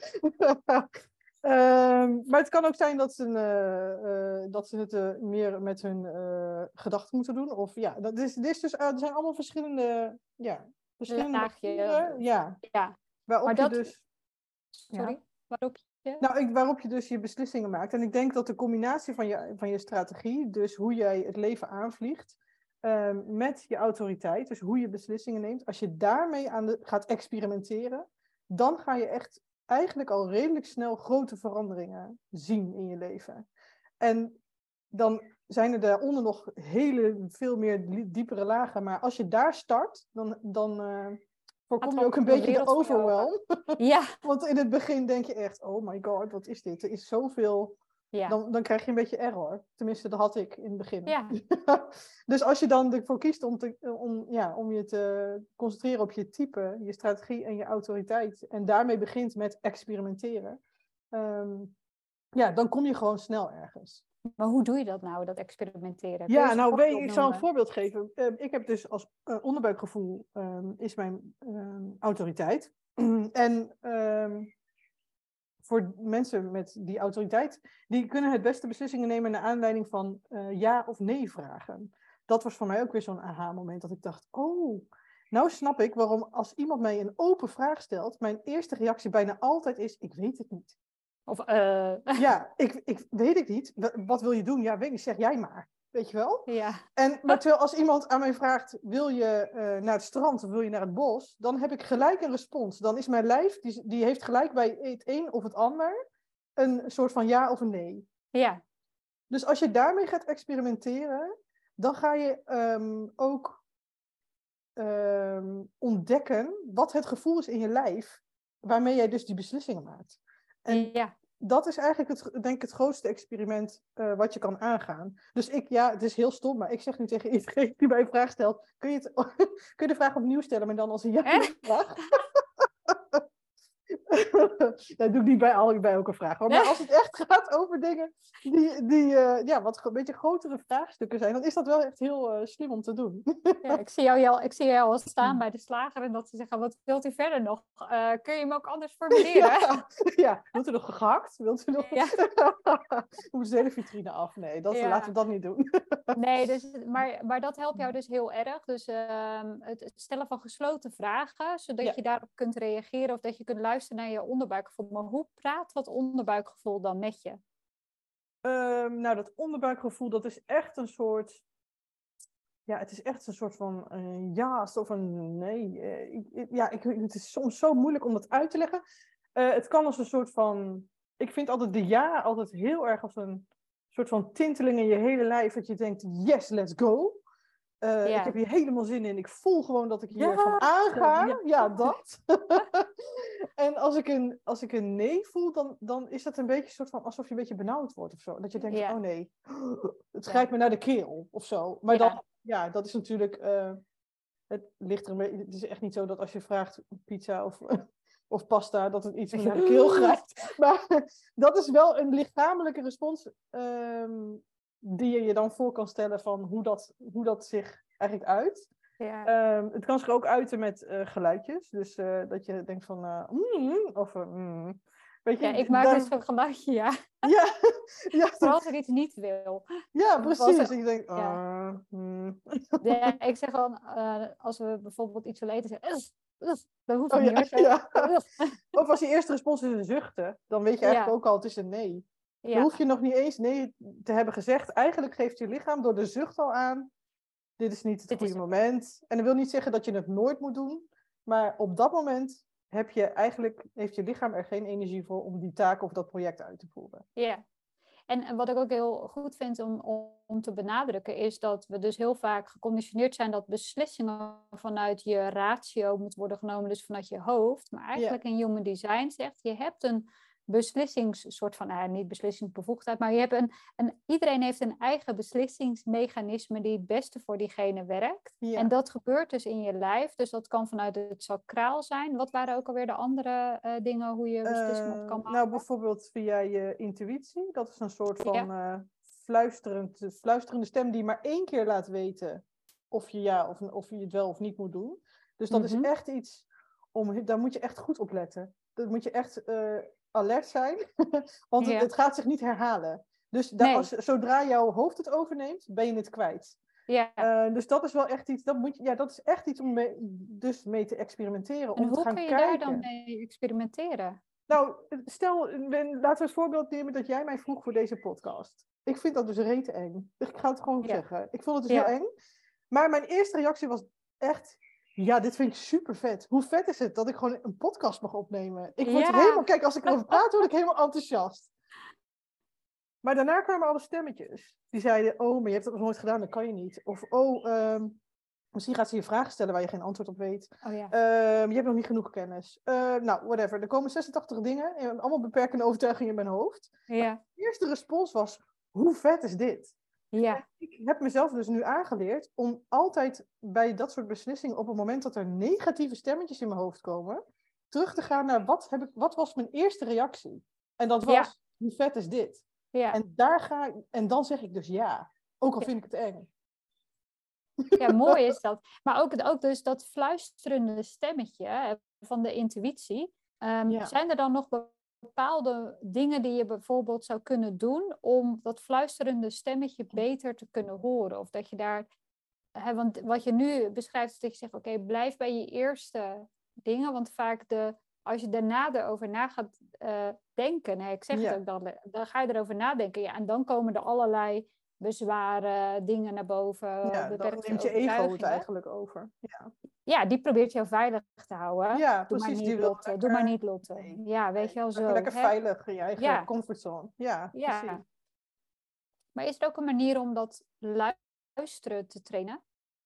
um, maar het kan ook zijn dat ze, uh, uh, dat ze het uh, meer met hun uh, gedachten moeten doen. Of ja, dat is, dit is dus, uh, er zijn allemaal verschillende, ja, verschillende laagje. Ja. ja. Waarop maar je dat... dus. Sorry, ja. waarop je... Nou, ik, waarop je dus je beslissingen maakt. En ik denk dat de combinatie van je, van je strategie, dus hoe jij het leven aanvliegt, um, met je autoriteit, dus hoe je beslissingen neemt, als je daarmee aan de, gaat experimenteren, dan ga je echt eigenlijk al redelijk snel grote veranderingen zien in je leven. En dan zijn er daaronder nog hele, veel meer diepere lagen. Maar als je daar start, dan... dan uh, voorkom je ook een beetje de overwhelm. Ja. Want in het begin denk je echt, oh my god, wat is dit? Er is zoveel... Ja. Dan, dan krijg je een beetje error. Tenminste, dat had ik in het begin. Ja. Dus als je dan ervoor kiest om, te, om, ja, om je te concentreren op je type, je strategie en je autoriteit, en daarmee begint met experimenteren, um, ja, dan kom je gewoon snel ergens. Maar hoe doe je dat nou, dat experimenteren? Ja, nou, weet, ik zal een voorbeeld geven. Uh, ik heb dus als uh, onderbuikgevoel um, is mijn um, autoriteit. en um, voor mensen met die autoriteit, die kunnen het beste beslissingen nemen naar aanleiding van uh, ja of nee vragen. Dat was voor mij ook weer zo'n aha-moment dat ik dacht, oh, nou snap ik waarom als iemand mij een open vraag stelt, mijn eerste reactie bijna altijd is, ik weet het niet. Of, uh... Ja, ik, ik weet het niet. Wat wil je doen? Ja, weet ik, zeg jij maar. Weet je wel? Ja. En, maar terwijl als iemand aan mij vraagt, wil je uh, naar het strand of wil je naar het bos? Dan heb ik gelijk een respons. Dan is mijn lijf, die, die heeft gelijk bij het een of het ander, een soort van ja of een nee. Ja. Dus als je daarmee gaat experimenteren, dan ga je um, ook um, ontdekken wat het gevoel is in je lijf, waarmee jij dus die beslissingen maakt. En ja. dat is eigenlijk het, denk ik, het grootste experiment uh, wat je kan aangaan. Dus ik, ja, het is heel stom, maar ik zeg nu tegen iedereen die mij een vraag stelt, kun je, het, kun je de vraag opnieuw stellen, maar dan als een ja-vraag? Dat doe ik niet bij, al, bij elke vraag, hoor. Maar als het echt gaat over dingen die, die uh, ja, wat een beetje grotere vraagstukken zijn, dan is dat wel echt heel uh, slim om te doen. Ja, ik zie jou al, ik zie jou al staan bij de slager en dat ze zeggen, wat wilt u verder nog? Uh, kun je hem ook anders formuleren? Ja, ja. Wilt u nog gehakt? Wilt u nog... Ja. Moet de hele vitrine af? Nee, dat, ja. laten we dat niet doen. Nee, dus, maar, maar dat helpt jou dus heel erg. Dus uh, het, het stellen van gesloten vragen, zodat ja. je daarop kunt reageren of dat je kunt luisteren naar je onderbuikgevoel. Maar hoe praat dat onderbuikgevoel dan met je? Um, nou, dat onderbuikgevoel, dat is echt een soort... Ja, het is echt een soort van uh, ja of een nee. Uh, ik, ja, ik, het is soms zo moeilijk om dat uit te leggen. Uh, het kan als een soort van... Ik vind altijd de ja altijd heel erg als een soort van tinteling in je hele lijf. Dat je denkt, yes, let's go. Uh, ja. Ik heb hier helemaal zin in. Ik voel gewoon dat ik hier ja. van aanga. Ja, ja dat. En als ik een, als ik een nee voel, dan, dan is dat een beetje een soort van alsof je een beetje benauwd wordt of zo. Dat je denkt, Ja. oh nee, het grijpt me naar de keel of zo. Maar Ja. dan, ja, dat is natuurlijk, uh, het ligt er een beetje, het is echt niet zo dat als je vraagt pizza of, of pasta, dat het iets me naar de keel grijpt. Maar dat is wel een lichamelijke respons um, die je je dan voor kan stellen van hoe dat, hoe dat zich eigenlijk uit. Ja. Um, het kan zich ook uiten met uh, geluidjes. Dus uh, dat je denkt van... Uh, mm, of... Uh, mm. Weet je, ja, ik maak daar... dus zo'n geluidje, ja. Ja. ja. Vooral als ik iets niet wil. Ja, precies. Het... Ik denk... Uh, ja. mm. ja, ik zeg dan, uh, als we bijvoorbeeld iets willen eten, zeggen... Uh, uh, dat hoeft oh, niet ja, meer. Zo. Ja. Of als je eerste respons is een zuchten, dan weet je eigenlijk ja. ook al, het is een nee. Ja. Dan hoef je nog niet eens nee te hebben gezegd. Eigenlijk geeft je lichaam door de zucht al aan... Dit is niet het Dit goede is... moment. En dat wil niet zeggen dat je het nooit moet doen. Maar op dat moment heb je eigenlijk, heeft je lichaam er geen energie voor om die taak of dat project uit te voeren. Ja. En wat ik ook heel goed vind om, om te benadrukken, is dat we dus heel vaak geconditioneerd zijn dat beslissingen vanuit je ratio moeten worden genomen, dus vanuit je hoofd. Maar eigenlijk ja. in Human Design zegt, je hebt een beslissings, soort van, nou, niet beslissingsbevoegdheid, maar je hebt een, een, iedereen heeft een eigen beslissingsmechanisme die het beste voor diegene werkt. Ja. En dat gebeurt dus in je lijf, dus dat kan vanuit het sacraal zijn. Wat waren ook alweer de andere uh, dingen hoe je beslissingen uh, op kan maken? Nou, bijvoorbeeld via je intuïtie. Dat is een soort van ja. uh, fluisterend, fluisterende stem die maar één keer laat weten of je ja of, of je het wel of niet moet doen. Dus dat mm-hmm. is echt iets, om, daar moet je echt goed op letten. Dat moet je echt... Uh, alert zijn, want ja. het, het gaat zich niet herhalen. Dus daar, nee. als, zodra jouw hoofd het overneemt, ben je het kwijt. Ja. Uh, dus dat is wel echt iets, dat, moet je, ja, dat is echt iets om mee, dus mee te experimenteren. En om hoe te gaan kun je kijken. daar dan mee experimenteren? Nou, stel, laten we het voorbeeld nemen dat jij mij vroeg voor deze podcast. Ik vind dat dus rete eng. Ik ga het gewoon ja. zeggen. Ik vond het dus ja. heel eng. Maar mijn eerste reactie was echt... Ja, dit vind ik super vet. Hoe vet is het dat ik gewoon een podcast mag opnemen? Ik word ja. helemaal... Kijk, als ik erover praat, word ik helemaal enthousiast. Maar daarna kwamen alle stemmetjes. Die zeiden, oh, maar je hebt dat nog nooit gedaan, dat kan je niet. Of, oh, um, misschien gaat ze je vragen stellen waar je geen antwoord op weet. Oh, ja. um, je hebt nog niet genoeg kennis. Uh, nou, whatever. Er komen zesentachtig dingen. En allemaal beperkende overtuigingen in mijn hoofd. Ja. De eerste respons was, hoe vet is dit? Ja. Ik heb mezelf dus nu aangeleerd om altijd bij dat soort beslissingen op het moment dat er negatieve stemmetjes in mijn hoofd komen, terug te gaan naar wat, heb ik, wat was mijn eerste reactie? En dat was, ja. hoe vet is dit? Ja. En, daar ga ik, en dan zeg ik dus ja, ook al vind ik het eng. Ja, mooi is dat. Maar ook, ook dus dat fluisterende stemmetje van de intuïtie. Um, ja. Zijn er dan nog bepaalde dingen die je bijvoorbeeld zou kunnen doen om dat fluisterende stemmetje beter te kunnen horen? Of dat je daar, hè, want wat je nu beschrijft is dat je zegt, oké, okay, blijf bij je eerste dingen, want vaak de, als je daarna erover na gaat uh, denken, hè, ik zeg ja. het ook dan, dan ga je erover nadenken, ja, en dan komen er allerlei bezwaren, dingen naar boven. Ja, dan neemt je ego het eigenlijk over. Ja. Ja, die probeert jou veilig te houden. Ja, doe precies. Maar niet, Die wil Lotte. lekker... Doe maar niet, Lotte. Nee, ja, weet nee. je wel zo. Lekker, lekker hè? veilig in je eigen ja. comfortzone. Ja, ja, precies. Maar is er ook een manier om dat luisteren te trainen?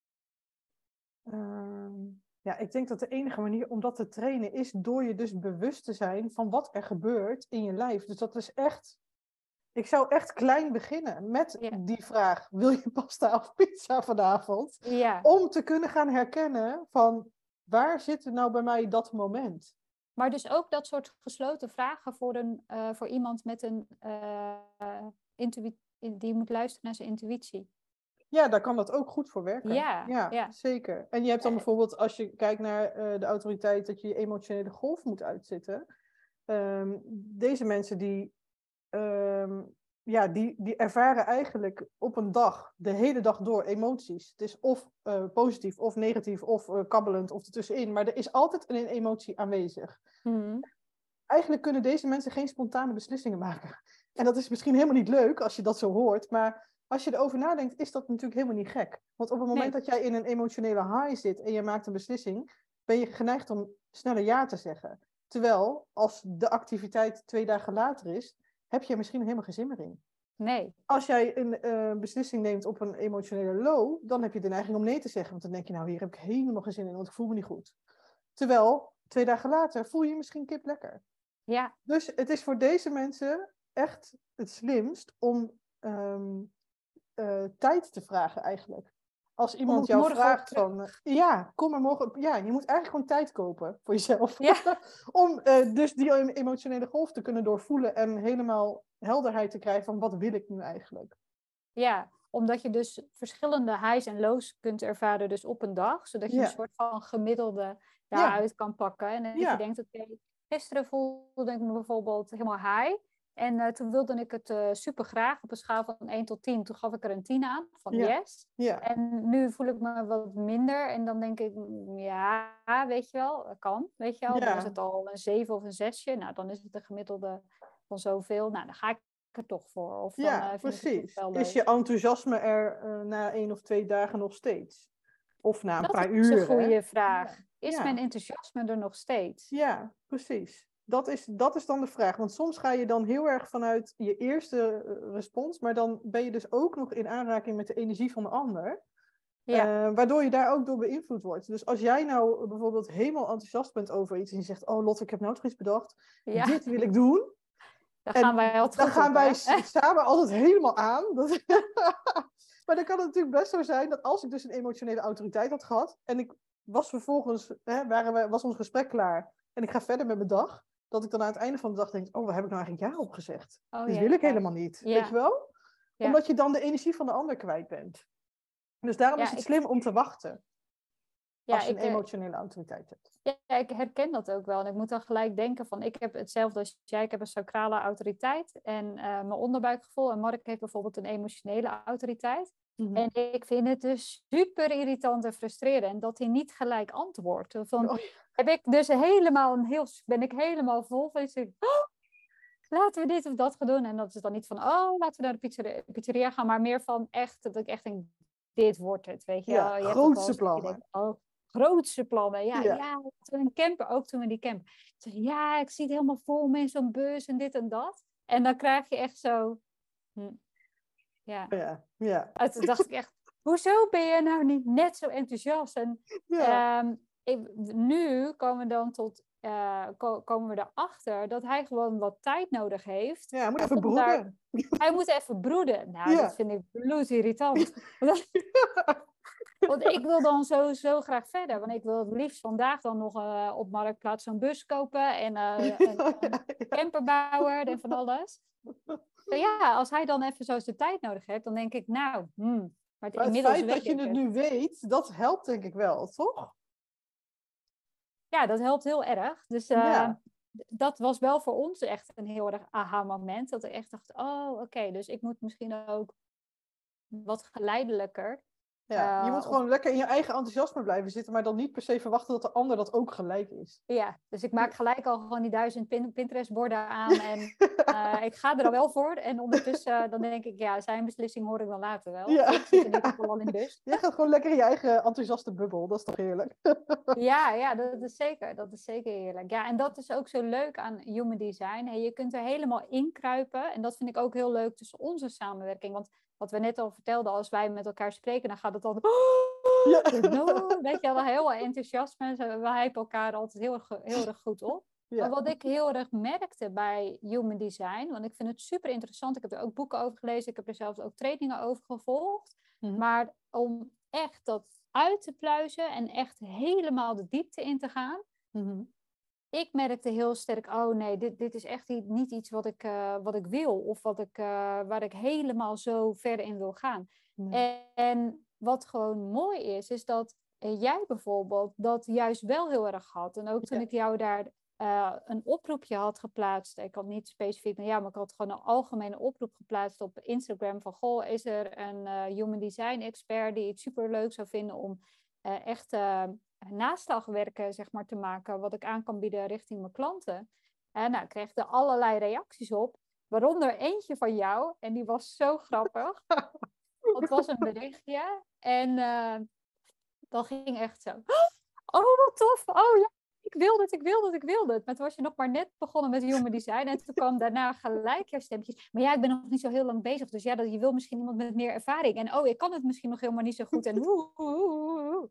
Um, ja, ik denk dat de enige manier om dat te trainen is door je dus bewust te zijn van wat er gebeurt in je lijf. Dus dat is echt... Ik zou echt klein beginnen met ja. die vraag, wil je pasta of pizza vanavond? Ja. Om te kunnen gaan herkennen van, waar zit er nou bij mij dat moment? Maar dus ook dat soort gesloten vragen voor, een, uh, voor iemand met een uh, intuïtie, die moet luisteren naar zijn intuïtie. Ja, daar kan dat ook goed voor werken. Ja, ja, ja. zeker. En je hebt dan bijvoorbeeld, als je kijkt naar uh, de autoriteit, dat je je emotionele golf moet uitzitten. Um, deze mensen die... Um, ja, die, die ervaren eigenlijk op een dag, de hele dag door, emoties. Het is of uh, positief, of negatief, of uh, kabbelend, of ertussenin. Maar er is altijd een emotie aanwezig. Mm. Eigenlijk kunnen deze mensen geen spontane beslissingen maken. En dat is misschien helemaal niet leuk als je dat zo hoort. Maar als je erover nadenkt, is dat natuurlijk helemaal niet gek. Want op het moment nee. dat jij in een emotionele high zit en je maakt een beslissing, ben je geneigd om sneller ja te zeggen. Terwijl, als de activiteit twee dagen later is, heb je er misschien helemaal geen zin meer in. Nee. Als jij een uh, beslissing neemt op een emotionele low, dan heb je de neiging om nee te zeggen. Want dan denk je, nou, hier heb ik helemaal geen zin in, want ik voel me niet goed. Terwijl, twee dagen later voel je je misschien kip lekker. Ja. Dus het is voor deze mensen echt het slimst om um, uh, tijd te vragen eigenlijk. Als iemand jou vraagt van, uh, ja, kom er morgen op. Ja, je moet eigenlijk gewoon tijd kopen voor jezelf. Ja. Om uh, dus die emotionele golf te kunnen doorvoelen en helemaal helderheid te krijgen van wat wil ik nu eigenlijk. Ja, omdat je dus verschillende highs en lows kunt ervaren dus op een dag. Zodat je ja. een soort van gemiddelde daaruit ja. kan pakken. En dat ja. je denkt, oké, okay, gisteren voelde ik me bijvoorbeeld helemaal high. En uh, toen wilde ik het uh, super graag op een schaal van één tot tien. Toen gaf ik er een tien aan, van ja. yes. Ja. En nu voel ik me wat minder. En dan denk ik, ja, weet je wel, kan. Weet je wel, ja. dan is het al een zeven of een zesje. Nou, dan is het een gemiddelde van zoveel. Nou, dan ga ik er toch voor. Of ja, dan, uh, precies. Is je enthousiasme er uh, na één of twee dagen nog steeds? Of na een dat paar uur? Dat is een goede vraag. Ja. Is ja. mijn enthousiasme er nog steeds? Ja, precies. Dat is, dat is dan de vraag. Want soms ga je dan heel erg vanuit je eerste uh, respons, maar dan ben je dus ook nog in aanraking met de energie van de ander. Ja. Uh, waardoor je daar ook door beïnvloed wordt. Dus als jij nou bijvoorbeeld helemaal enthousiast bent over iets en je zegt, oh Lotte, ik heb nou toch iets bedacht. Ja. Dit wil ik doen. Dan gaan wij altijd Dan gaan op, wij samen altijd helemaal aan. Dat... maar dan kan het natuurlijk best zo zijn dat als ik dus een emotionele autoriteit had gehad en ik was vervolgens, hè, waren we, was ons gesprek klaar en ik ga verder met mijn dag, dat ik dan aan het einde van de dag denk, oh, waar heb ik nou eigenlijk ja op gezegd? Oh, Dit ja, wil ik ja. helemaal niet. Ja. Weet je wel? Ja. Omdat je dan de energie van de ander kwijt bent. Dus daarom ja, is het ik... slim om te wachten. Ja, als je ik, een emotionele autoriteit hebt. Ja, ik herken dat ook wel. En ik moet dan gelijk denken van, ik heb hetzelfde als jij. Ik heb een sacrale autoriteit en uh, mijn onderbuikgevoel. En Mark heeft bijvoorbeeld een emotionele autoriteit. Mm-hmm. En ik vind het dus super irritant en frustrerend dat hij niet gelijk antwoordt. Van, oh, ja. heb ik dus helemaal een heel, ben ik helemaal vol van, oh, laten we dit of dat gaan doen. En dat is dan niet van, oh, laten we naar de pizzeria, pizzeria gaan. Maar meer van echt, dat ik echt denk, dit wordt het. Weet je, ja, je grootste plannen. Grootste plannen, ja, ja. ja. ja een camper, ook toen we die camper. Ik zeg, ja, ik zie het helemaal vol met in zo'n bus en dit en dat. En dan krijg je echt zo, hm, ja. Ja, ja. En toen dacht ik echt, hoezo ben je nou niet net zo enthousiast? En ja. um, ik, nu komen we dan tot, uh, ko- komen we erachter dat hij gewoon wat tijd nodig heeft. Ja, hij moet even broeden. Daar... Hij moet even broeden. Nou, ja. dat vind ik bloedirritant. Want ik wil dan zo, zo graag verder. Want ik wil het liefst vandaag dan nog uh, op Marktplaats zo'n bus kopen. En uh, een, een camper bouwen en van alles. So, ja, als hij dan even zo zijn tijd nodig heeft, dan denk ik, nou... Hmm, maar het, maar het feit dat je het, het nu weet, dat helpt denk ik wel, toch? Ja, dat helpt heel erg. Dus uh, ja. dat was wel voor ons echt een heel erg aha-moment. Dat ik echt dacht, oh, oké, okay, dus ik moet misschien ook wat geleidelijker... Ja, je moet uh, gewoon of... lekker in je eigen enthousiasme blijven zitten, maar dan niet per se verwachten dat de ander dat ook gelijk is. Ja, dus ik maak gelijk al gewoon die duizend pin- Pinterest-borden aan en uh, ik ga er al wel voor. En ondertussen uh, dan denk ik, ja, zijn beslissing hoor ik dan later wel. Ja, ik zit er niet ja. al in de bus. Je gaat gewoon lekker in je eigen enthousiaste bubbel, dat is toch heerlijk? ja, ja, dat is zeker. Dat is zeker heerlijk. Ja, en dat is ook zo leuk aan human design. Hey, je kunt er helemaal inkruipen en dat vind ik ook heel leuk tussen onze samenwerking. Want wat we net al vertelden, als wij met elkaar spreken, dan gaat het altijd... Ja. No, weet je wel, heel enthousiasme. We hypen elkaar altijd heel erg, heel erg goed op. Ja. Maar wat ik heel erg merkte bij Human Design, want ik vind het super interessant. Ik heb er ook boeken over gelezen. Ik heb er zelfs ook trainingen over gevolgd. Mm-hmm. Maar om echt dat uit te pluizen en echt helemaal de diepte in te gaan. Mm-hmm. Ik merkte heel sterk, oh nee, dit, dit is echt niet iets wat ik, uh, wat ik wil. Of wat ik, uh, waar ik helemaal zo verder in wil gaan. Nee. En, en wat gewoon mooi is, is dat uh, jij bijvoorbeeld dat juist wel heel erg had. En ook toen ja. ik jou daar uh, een oproepje had geplaatst. Ik had niet specifiek naar jou, maar ik had gewoon een algemene oproep geplaatst op Instagram. Van, goh, is er een uh, human design expert die het super leuk zou vinden om uh, echt... Uh, naslagwerken zeg maar, te maken, wat ik aan kan bieden richting mijn klanten. En nou, ik kreeg er allerlei reacties op, waaronder eentje van jou, en die was zo grappig. Het was een berichtje, en uh, dat ging echt zo, oh wat tof, oh ja, ik wil het, ik wil het, ik wil het. Maar toen was je nog maar net begonnen met human design, en toen kwam daarna gelijk jouw stempjes, maar ja, ik ben nog niet zo heel lang bezig, dus ja, je wil misschien iemand met meer ervaring, en oh, ik kan het misschien nog helemaal niet zo goed, en hoe, hoe, hoe, hoe.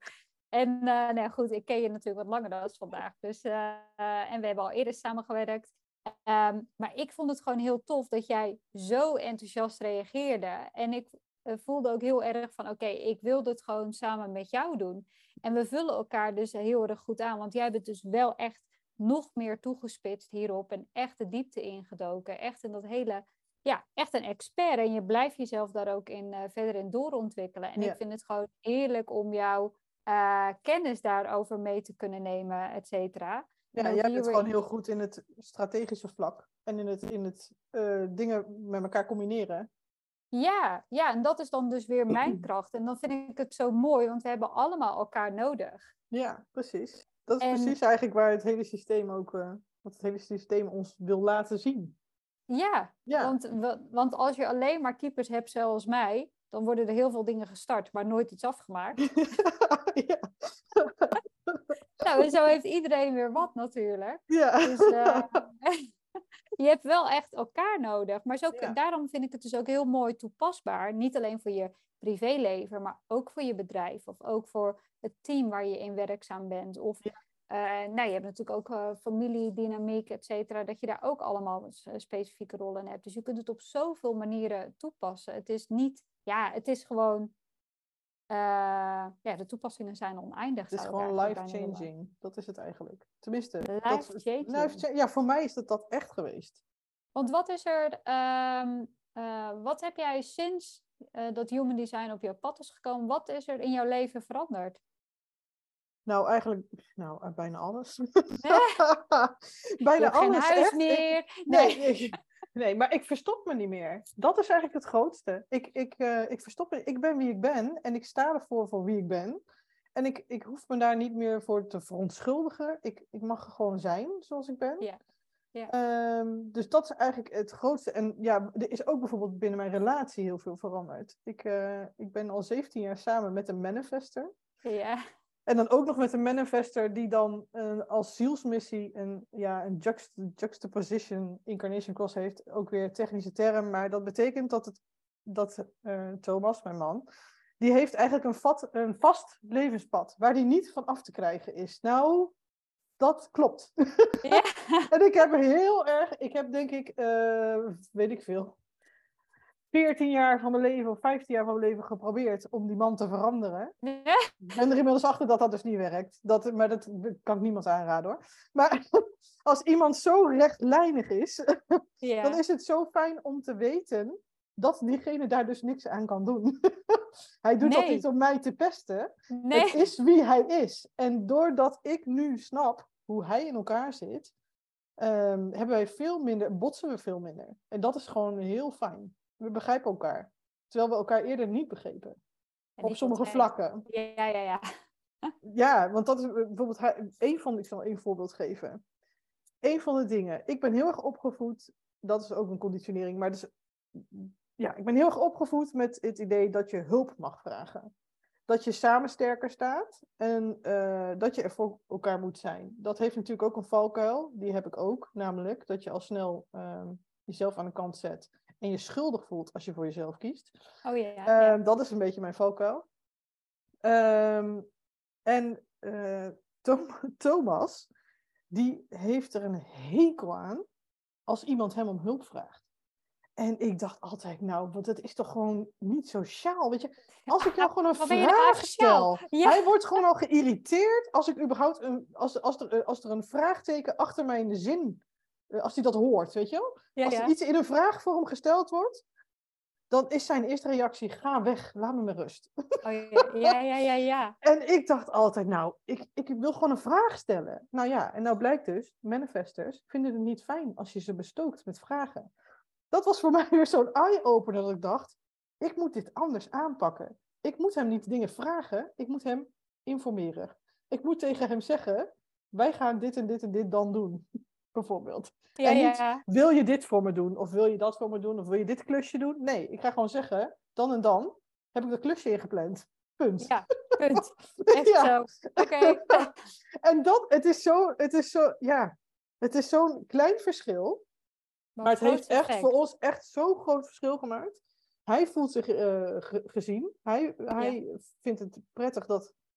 En uh, nou ja, goed, ik ken je natuurlijk wat langer dan vandaag. Dus, uh, uh, en we hebben al eerder samengewerkt. Um, maar ik vond het gewoon heel tof dat jij zo enthousiast reageerde. En ik uh, voelde ook heel erg van, oké, okay, ik wil dit gewoon samen met jou doen. En we vullen elkaar dus heel erg goed aan. Want jij bent dus wel echt nog meer toegespitst hierop. En echt de diepte ingedoken. Echt in dat hele, ja, echt een expert. En je blijft jezelf daar ook in uh, verder in doorontwikkelen. En ja. Ik vind het gewoon heerlijk om jou uh, kennis daarover mee te kunnen nemen, et cetera. Ja, jij bent gewoon heel goed in het strategische vlak. En in het, in het uh, dingen met elkaar combineren. Ja, ja, en dat is dan dus weer mijn kracht. En dan vind ik het zo mooi, want we hebben allemaal elkaar nodig. Ja, precies. Dat is en... precies eigenlijk waar het hele systeem ook, uh, wat het hele systeem ons wil laten zien. Ja, ja. Want, want als je alleen maar types hebt zoals mij, dan worden er heel veel dingen gestart, maar nooit iets afgemaakt. ja. Nou, en zo heeft iedereen weer wat natuurlijk. Ja. Dus uh, je hebt wel echt elkaar nodig. Maar zo, ja. daarom vind ik het dus ook heel mooi toepasbaar. Niet alleen voor je privéleven, maar ook voor je bedrijf. Of ook voor het team waar je in werkzaam bent. Of ja. uh, nou, je hebt natuurlijk ook uh, familiedynamiek, et cetera. Dat je daar ook allemaal specifieke rollen in hebt. Dus je kunt het op zoveel manieren toepassen. Het is niet, ja, het is gewoon... Uh, ja, de toepassingen zijn oneindig. Het is gewoon life-changing. Dat is het eigenlijk. Tenminste, life-changing. Life ja, voor mij is dat, dat echt geweest. Want wat is er... Um, uh, wat heb jij sinds uh, dat Human Design op jouw pad is gekomen... Wat is er in jouw leven veranderd? Nou, eigenlijk... Nou, uh, bijna alles. bijna je alles. Geen huis echt. meer. Ik, nee, nee. Ik, nee, maar ik verstop me niet meer. Dat is eigenlijk het grootste. Ik, ik, uh, ik verstop me. Ik ben wie ik ben. En ik sta ervoor voor wie ik ben. En ik, ik hoef me daar niet meer voor te verontschuldigen. Ik, ik mag gewoon zijn zoals ik ben. Ja. Ja. Um, dus dat is eigenlijk het grootste. En ja, er is ook bijvoorbeeld binnen mijn relatie heel veel veranderd. Ik, uh, ik ben al zeventien jaar samen met een manifester. Ja. En dan ook nog met een manifester die dan uh, als zielsmissie een, ja, een juxt, juxtaposition incarnation cross heeft. Ook weer technische term, maar dat betekent dat, het, dat uh, Thomas, mijn man, die heeft eigenlijk een, vat, een vast levenspad waar die niet van af te krijgen is. Nou, dat klopt. Ja. En ik heb heel erg, ik heb denk ik, uh, weet ik veel, veertien jaar van mijn leven of vijftien jaar van mijn leven geprobeerd om die man te veranderen. Ja. Ik ben er inmiddels achter dat dat dus niet werkt. Dat, maar dat kan ik niemand aanraden hoor. Maar als iemand zo rechtlijnig is, ja. dan is het zo fijn om te weten dat diegene daar dus niks aan kan doen. Hij doet nee. dat niet om mij te pesten. Nee. Het is wie hij is. En doordat ik nu snap hoe hij in elkaar zit, um, hebben wij veel minder, botsen we veel minder. En dat is gewoon heel fijn. We begrijpen elkaar. Terwijl we elkaar eerder niet begrepen. En op sommige vlakken. Ja, ja, ja, ja. Ja, want dat is bijvoorbeeld, een van, ik zal één voorbeeld geven. Eén van de dingen. Ik ben heel erg opgevoed, dat is ook een conditionering, maar dus, ja, ik ben heel erg opgevoed met het idee dat je hulp mag vragen. Dat je samen sterker staat en uh, dat je er voor elkaar moet zijn. Dat heeft natuurlijk ook een valkuil, die heb ik ook. Namelijk dat je al snel uh, jezelf aan de kant zet en je schuldig voelt als je voor jezelf kiest. Oh ja. ja. Uh, dat is een beetje mijn valkuil. Um, en uh, Tom, Thomas, die heeft er een hekel aan als iemand hem om hulp vraagt. En ik dacht altijd, nou, want het is toch gewoon niet sociaal, weet je. Als ik jou gewoon een Wat vraag stel, ja. hij wordt gewoon al geïrriteerd als ik überhaupt, een, als, als, er, als er een vraagteken achter mij in de zin, als hij dat hoort, weet je wel. Ja, als er ja. iets in een vraagvorm gesteld wordt, dan is zijn eerste reactie, ga weg, laat me met rust. Oh, ja, ja, ja, ja, ja. En ik dacht altijd, nou, ik, ik wil gewoon een vraag stellen. Nou ja, en nou blijkt dus, manifestors vinden het niet fijn als je ze bestookt met vragen. Dat was voor mij weer zo'n eye-opener dat ik dacht, ik moet dit anders aanpakken. Ik moet hem niet dingen vragen, ik moet hem informeren. Ik moet tegen hem zeggen, wij gaan dit en dit en dit dan doen. Bijvoorbeeld. Ja, en niet, ja. wil je dit voor me doen? Of wil je dat voor me doen? Of wil je dit klusje doen? Nee, ik ga gewoon zeggen, dan en dan heb ik dat klusje ingepland. Punt. Ja, punt. Echt ja. zo. Oké. Okay. En dat, het is zo, het is zo, ja, het is zo'n klein verschil. Maar, maar het heeft echt effect. Voor ons echt zo'n groot verschil gemaakt. Hij voelt zich uh, ge- gezien. Hij, hij ja. vindt het prettig dat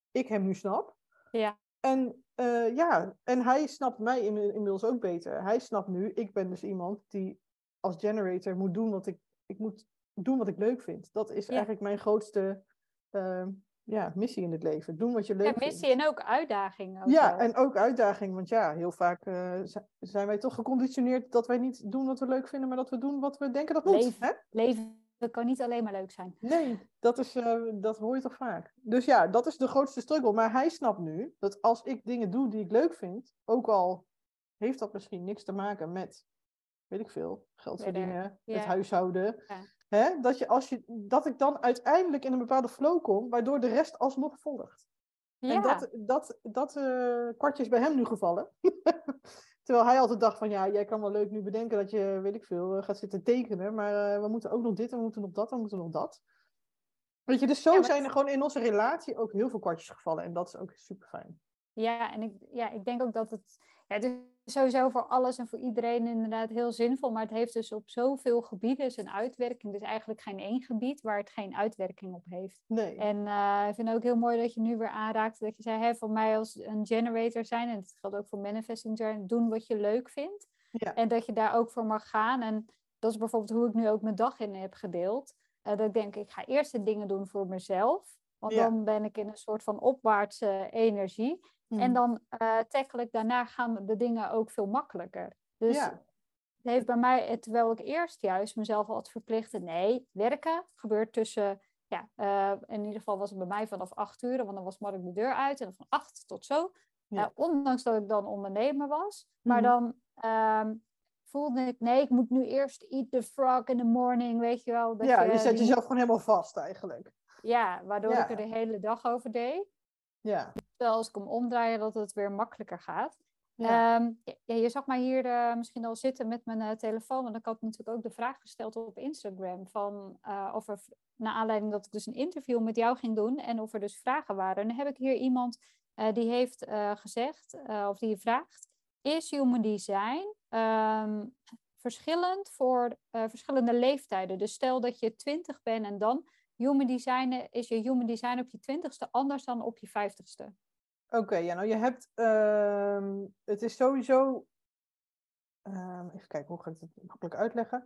ik hem nu snap. Ja. En uh, ja, en hij snapt mij inmiddels ook beter. Hij snapt nu, ik ben dus iemand die als generator moet doen wat ik, ik moet doen wat ik leuk vind. Dat is ja. eigenlijk mijn grootste uh, ja, missie in het leven. Doen wat je leuk vindt. Ja, missie vindt. En ook uitdaging. Ook ja, wel. En ook uitdaging. Want ja, heel vaak uh, zijn wij toch geconditioneerd dat wij niet doen wat we leuk vinden, maar dat we doen wat we denken dat moet. Leven, hè? leven kan niet alleen maar leuk zijn. Nee, dat, is, uh, dat hoor je toch vaak. Dus ja, dat is de grootste struggle. Maar hij snapt nu dat als ik dingen doe die ik leuk vind, ook al heeft dat misschien niks te maken met, weet ik veel, geld verdienen, ja. het huishouden. Ja. Hè? Dat, je, als je, dat ik dan uiteindelijk in een bepaalde flow kom, waardoor de rest alsnog volgt. Ja. En dat, dat, dat uh, kwartje is bij hem nu gevallen. Terwijl hij altijd dacht van, ja, jij kan wel leuk nu bedenken dat je, weet ik veel, uh, gaat zitten tekenen. Maar uh, we moeten ook nog dit, en we moeten nog dat, en we moeten nog dat. Weet je, dus zo ja, zijn er gewoon in onze relatie ook heel veel kwartjes gevallen. En dat is ook super fijn. Ja, en ik, ja, ik denk ook dat het... Ja, het is sowieso voor alles en voor iedereen inderdaad heel zinvol. Maar het heeft dus op zoveel gebieden zijn uitwerking. Dus eigenlijk geen één gebied waar het geen uitwerking op heeft. Nee. En uh, ik vind het ook heel mooi dat je nu weer aanraakt. Dat je zei, hè, voor mij als een generator zijn. En dat geldt ook voor manifesting zijn. Doen wat je leuk vindt. Ja. En dat je daar ook voor mag gaan. En dat is bijvoorbeeld hoe ik nu ook mijn dag in heb gedeeld. Uh, dat ik denk, ik ga eerst de dingen doen voor mezelf. Want ja. dan ben ik in een soort van opwaartse energie. Mm. En dan uh, tackle ik daarna gaan de dingen ook veel makkelijker. Dus ja. het heeft bij mij, terwijl ik eerst juist mezelf had verplicht. Nee, werken gebeurt tussen, ja, uh, in ieder geval was het bij mij vanaf acht uur. Want dan was Mark de deur uit en dan van acht tot zo. Ja. Uh, ondanks dat ik dan ondernemer was. Mm. Maar dan uh, voelde ik, nee, ik moet nu eerst eat the frog in the morning, weet je wel. Dat ja, je, je zet die... jezelf gewoon helemaal vast eigenlijk. Ja, waardoor ja. ik er de hele dag over deed. Ja. Terwijl als ik hem omdraai, dat het weer makkelijker gaat. Ja. Um, ja, je zag mij hier uh, misschien al zitten met mijn uh, telefoon. Want ik had natuurlijk ook de vraag gesteld op Instagram. Van, uh, of er, naar aanleiding dat ik dus een interview met jou ging doen. En of er dus vragen waren. En dan heb ik hier iemand uh, die heeft uh, gezegd, uh, of die vraagt. Is human design um, verschillend voor uh, verschillende leeftijden? Dus stel dat je twintig bent en dan... Human design, is je human design op je twintigste anders dan op je vijftigste? Oké, okay, ja, nou je hebt, uh, het is sowieso, uh, even kijken, hoe ga ik het makkelijk uitleggen?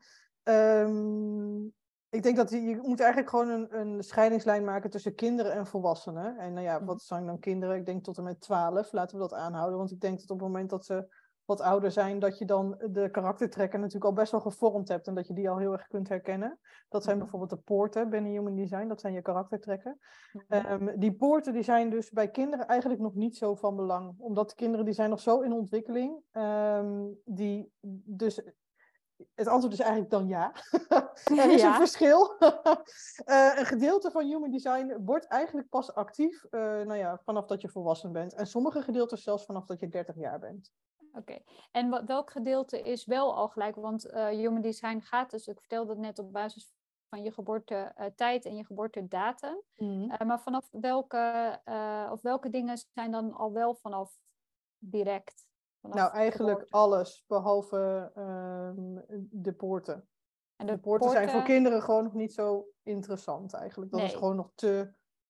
Um, ik denk dat je, je moet eigenlijk gewoon een, een scheidingslijn maken tussen kinderen en volwassenen. En nou ja, mm. wat zijn dan kinderen? Ik denk tot en met twaalf, laten we dat aanhouden. Want ik denk dat op het moment dat ze wat ouder zijn, dat je dan de karaktertrekken natuurlijk al best wel gevormd hebt en dat je die al heel erg kunt herkennen. Dat zijn bijvoorbeeld de poorten binnen Human Design, dat zijn je karaktertrekken. Um, die poorten die zijn dus bij kinderen eigenlijk nog niet zo van belang, omdat de kinderen die zijn nog zo in ontwikkeling, um, die dus... Het antwoord is eigenlijk dan ja. Er is ja. een verschil. uh, een gedeelte van Human Design wordt eigenlijk pas actief uh, nou ja, vanaf dat je volwassen bent. En sommige gedeeltes zelfs vanaf dat je dertig jaar bent. Oké, okay. En wat, welk gedeelte is wel al gelijk? Want uh, Human Design gaat dus, ik vertelde het net op basis van je geboortetijd uh, en je geboortedatum. Mm-hmm. Uh, maar vanaf welke, uh, of welke dingen zijn dan al wel vanaf direct? Vanaf nou, eigenlijk geboorte? Alles, behalve uh, de poorten. En de, de poorten, poorten zijn voor kinderen gewoon nog niet zo interessant eigenlijk. Dat nee. is gewoon nog te,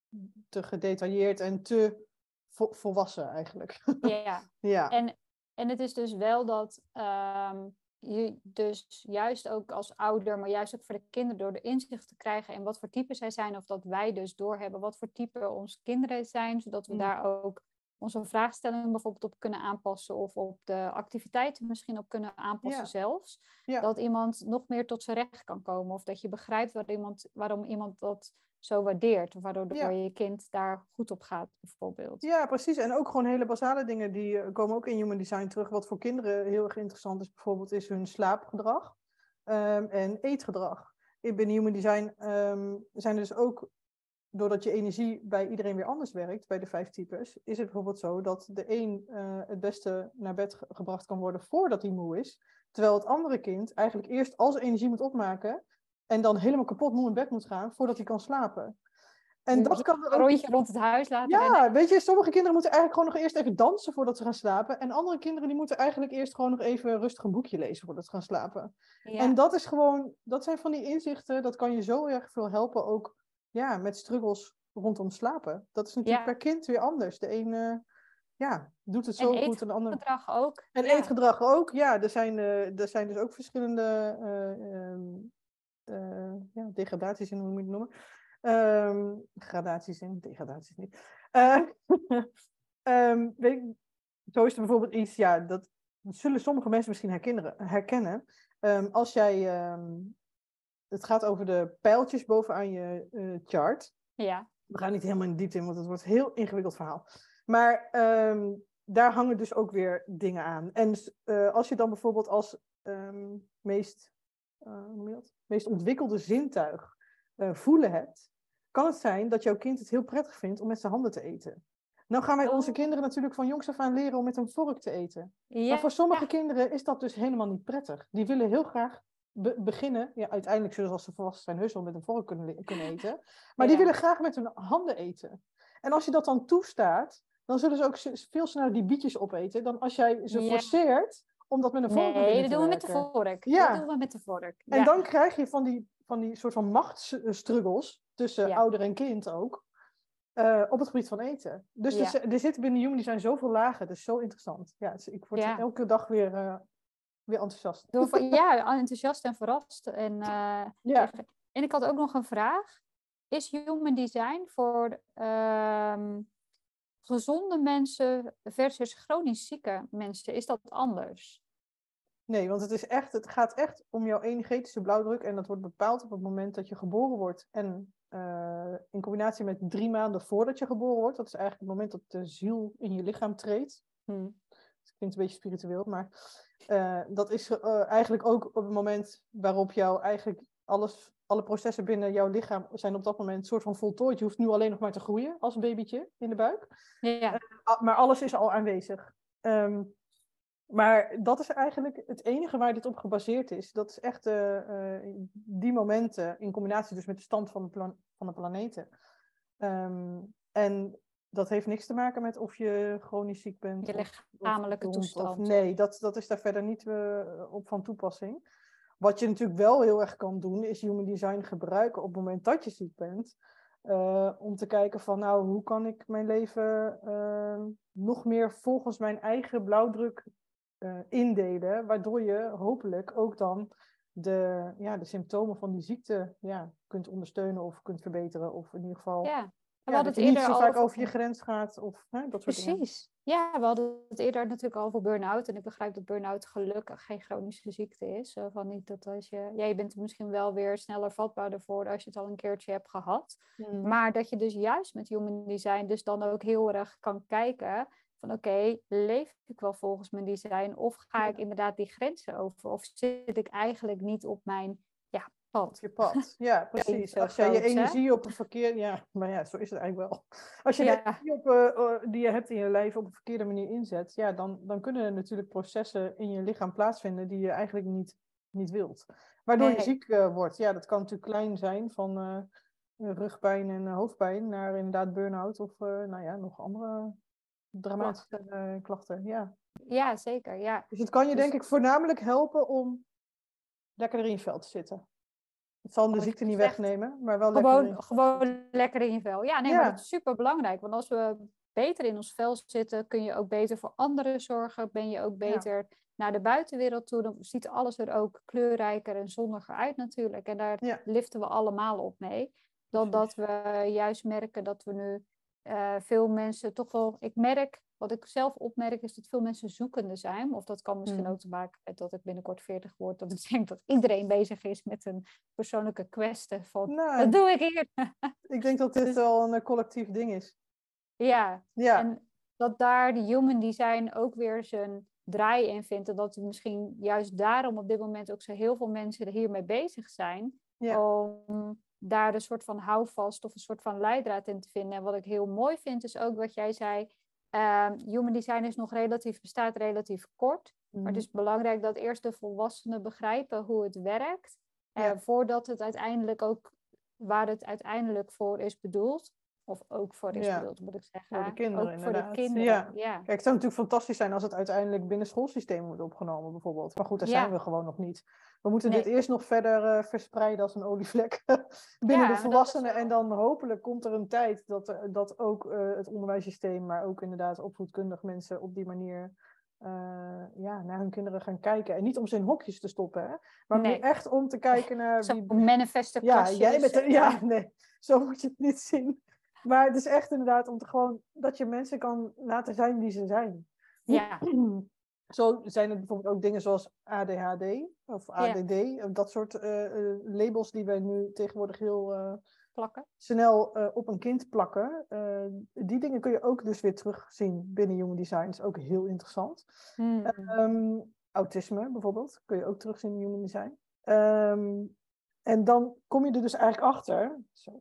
te gedetailleerd en te vo- volwassen eigenlijk. Ja, ja. En, en het is dus wel dat um, je dus juist ook als ouder, maar juist ook voor de kinderen door de inzicht te krijgen in wat voor type zij zijn. Of dat wij dus doorhebben wat voor type onze kinderen zijn. Zodat we mm. daar ook onze vraagstellingen bijvoorbeeld op kunnen aanpassen of op de activiteiten misschien op kunnen aanpassen ja. zelfs. Ja. Dat iemand nog meer tot zijn recht kan komen of dat je begrijpt waar iemand, waarom iemand dat zo waardeert of waardoor ja. je kind daar goed op gaat bijvoorbeeld. Ja, precies. En ook gewoon hele basale dingen die komen ook in Human Design terug. Wat voor kinderen heel erg interessant is bijvoorbeeld is hun slaapgedrag um, en eetgedrag. In Human Design um, zijn er dus ook... Doordat je energie bij iedereen weer anders werkt, bij de vijf types, is het bijvoorbeeld zo dat de een uh, het beste naar bed ge- gebracht kan worden voordat hij moe is. Terwijl het andere kind eigenlijk eerst al zijn energie moet opmaken en dan helemaal kapot moe in bed moet gaan voordat hij kan slapen. En dus dat kan ook... Een rondje rond het huis laten Ja, rennen. weet je, sommige kinderen moeten eigenlijk gewoon nog eerst even dansen voordat ze gaan slapen. En andere kinderen die moeten eigenlijk eerst gewoon nog even rustig een boekje lezen voordat ze gaan slapen. Ja. En dat is gewoon, dat zijn van die inzichten, dat kan je zo erg veel helpen ook. Ja, met struggles rondom slapen. Dat is natuurlijk Ja. per kind weer anders. De ene ja, doet het En zo goed en de andere... eetgedrag ook. En Ja. eetgedrag ook. Ja, er zijn, uh, er zijn dus ook verschillende uh, um, uh, ja, degradaties in, hoe moet je het noemen? Um, gradaties in, degradaties niet. Uh, um, weet ik, zo is er bijvoorbeeld iets, ja, dat zullen sommige mensen misschien herkennen. herkennen. Um, als jij, um, het gaat over de pijltjes bovenaan je uh, chart. Ja. We gaan niet helemaal in de diepte in, want het wordt een heel ingewikkeld verhaal. Maar um, daar hangen dus ook weer dingen aan. En uh, als je dan bijvoorbeeld als um, meest, uh, hoe noem je dat? meest ontwikkelde zintuig uh, voelen hebt, kan het zijn dat jouw kind het heel prettig vindt om met zijn handen te eten. Nou gaan wij onze Oh. kinderen natuurlijk van jongs af aan leren om met een vork te eten. Ja. Maar voor sommige kinderen is dat dus helemaal niet prettig. Die willen heel graag be- beginnen. Ja, uiteindelijk zullen ze als ze volwassen zijn heus wel met een vork kunnen, kunnen eten. Maar Ja. die willen graag met hun handen eten. En als je dat dan toestaat, dan zullen ze ook veel sneller die bietjes opeten dan als jij ze Ja. forceert om dat met een vork Nee, te dat doen we met de werken. vork. Ja. Dat doen we met de vork. Ja. En dan krijg je van die, van die soort van machtsstruggles tussen Ja. ouder en kind ook. Uh, op het gebied van eten. Dus Ja. er, er zitten binnen Human Design zoveel lagen. Dat is zo interessant. Ja, dus ik word Ja. elke dag weer, uh, weer enthousiast. Door, ja, enthousiast en verrast. En, uh, ja. en ik had ook nog een vraag. Is Human Design voor uh, gezonde mensen versus chronisch zieke mensen, is dat anders? Nee, want het, is echt, het gaat echt om jouw energetische blauwdruk. En dat wordt bepaald op het moment dat je geboren wordt. En uh, in combinatie met drie maanden voordat je geboren wordt. Dat is eigenlijk het moment dat de ziel in je lichaam treedt. Hmm. Dat klinkt een beetje spiritueel, maar uh, dat is uh, eigenlijk ook op het moment waarop jou eigenlijk alles, alle processen binnen jouw lichaam zijn op dat moment een soort van voltooid. Je hoeft nu alleen nog maar te groeien als babytje in de buik. Ja. Uh, maar alles is al aanwezig. Um, Maar dat is eigenlijk het enige waar dit op gebaseerd is. Dat is echt uh, uh, die momenten in combinatie dus met de stand van de, plan- van de planeten. Um, en dat heeft niks te maken met of je chronisch ziek bent. Je of, lichamelijke of toestand. Of, nee, dat, dat is daar verder niet uh, op van toepassing. Wat je natuurlijk wel heel erg kan doen, is Human Design gebruiken op het moment dat je ziek bent. Uh, om te kijken van, nou, hoe kan ik mijn leven uh, nog meer volgens mijn eigen blauwdruk Uh, indelen, waardoor je hopelijk ook dan de, ja, de symptomen van die ziekte ja, kunt ondersteunen of kunt verbeteren. Of in ieder geval ja. We ja, dat je niet zo vaak over... over je grens gaat. Of, hè, dat soort dingen. Precies. Ja, we hadden het eerder natuurlijk al over burn-out. En ik begrijp dat burn-out gelukkig geen chronische ziekte is. Van niet dat als je, ja, je bent er misschien wel weer sneller vatbaar ervoor als je het al een keertje hebt gehad. Hmm. Maar dat je dus juist met Human Design dus dan ook heel erg kan kijken van oké, okay, leef ik wel volgens mijn design? Of ga ik inderdaad die grenzen over? Of zit ik eigenlijk niet op mijn ja, pad? Je pad, ja, precies. Ja, als jij je energie op een verkeerde... Ja, maar ja, zo is het eigenlijk wel. Als je ja. de energie op, uh, die je hebt in je lijf op een verkeerde manier inzet, ja, dan, dan kunnen er natuurlijk processen in je lichaam plaatsvinden die je eigenlijk niet, niet wilt. Waardoor nee. je ziek uh, wordt. Ja, dat kan natuurlijk klein zijn, van uh, rugpijn en uh, hoofdpijn naar inderdaad burn-out of uh, nou ja, nog andere... dramatische uh, klachten, ja. Ja, zeker, ja. Dus het kan je dus... denk ik voornamelijk helpen om lekker in je vel te zitten. Het zal de ziekte niet zegt, wegnemen, maar wel gewoon, lekker in Gewoon lekker in je vel. Ja, nee, ja. maar dat is super belangrijk. Want als we beter in ons vel zitten, kun je ook beter voor anderen zorgen. Ben je ook beter ja. naar de buitenwereld toe. Dan ziet alles er ook kleurrijker en zonniger uit natuurlijk. En daar ja. liften we allemaal op mee. Dan Precies. dat we juist merken dat we nu uh, veel mensen toch wel... Ik merk... Wat ik zelf opmerk is dat veel mensen zoekende zijn. Of dat kan misschien hmm. ook te maken met dat ik binnenkort veertig word. Dat ik denk dat iedereen bezig is met een persoonlijke quest. Van, nee. Wat doe ik hier? Ik denk dat dit dus, wel een collectief ding is. Ja. ja. En dat daar de Human Design ook weer zijn draai in vindt. En dat we misschien juist daarom op dit moment ook zo heel veel mensen er hiermee bezig zijn. Ja. Om daar een soort van houvast of een soort van leidraad in te vinden. En wat ik heel mooi vind is ook wat jij zei... Uh, human Design is nog relatief, bestaat relatief kort. Mm. Maar het is belangrijk dat eerst de volwassenen begrijpen hoe het werkt. Ja. Uh, voordat het uiteindelijk ook, waar het uiteindelijk voor is bedoeld. Of ook voor is Ja. bedoeld, moet ik zeggen. Voor de kinderen, ook voor de inderdaad. kinderen, Ja. ja. Kijk, het zou natuurlijk fantastisch zijn als het uiteindelijk binnen schoolsysteem wordt opgenomen, bijvoorbeeld. Maar goed, daar Ja. zijn we gewoon nog niet. We moeten Nee. dit eerst nog verder uh, verspreiden als een olievlek binnen Ja, de volwassenen. wel... En dan hopelijk komt er een tijd dat, uh, dat ook uh, het onderwijssysteem, maar ook inderdaad opvoedkundig mensen op die manier uh, ja, naar hun kinderen gaan kijken. En niet om ze in hokjes te stoppen, hè? Maar nee. meer echt om te kijken naar Zo'n wie... manifeste Ja, jij bent er... uh... Ja, nee, zo moet je het niet zien. Maar het is echt inderdaad om te gewoon dat je mensen kan laten zijn die ze zijn. Ja. Zo zijn er bijvoorbeeld ook dingen zoals A D H D of A D D. Ja. Dat soort uh, uh, labels die wij nu tegenwoordig heel uh, plakken. snel uh, op een kind plakken. Uh, die dingen kun je ook dus weer terugzien binnen Human Design. Dat is ook heel interessant. Hmm. Um, autisme bijvoorbeeld kun je ook terugzien in Human Design. Um, en dan kom je er dus eigenlijk achter... Zo.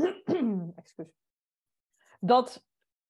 Excuus. Dat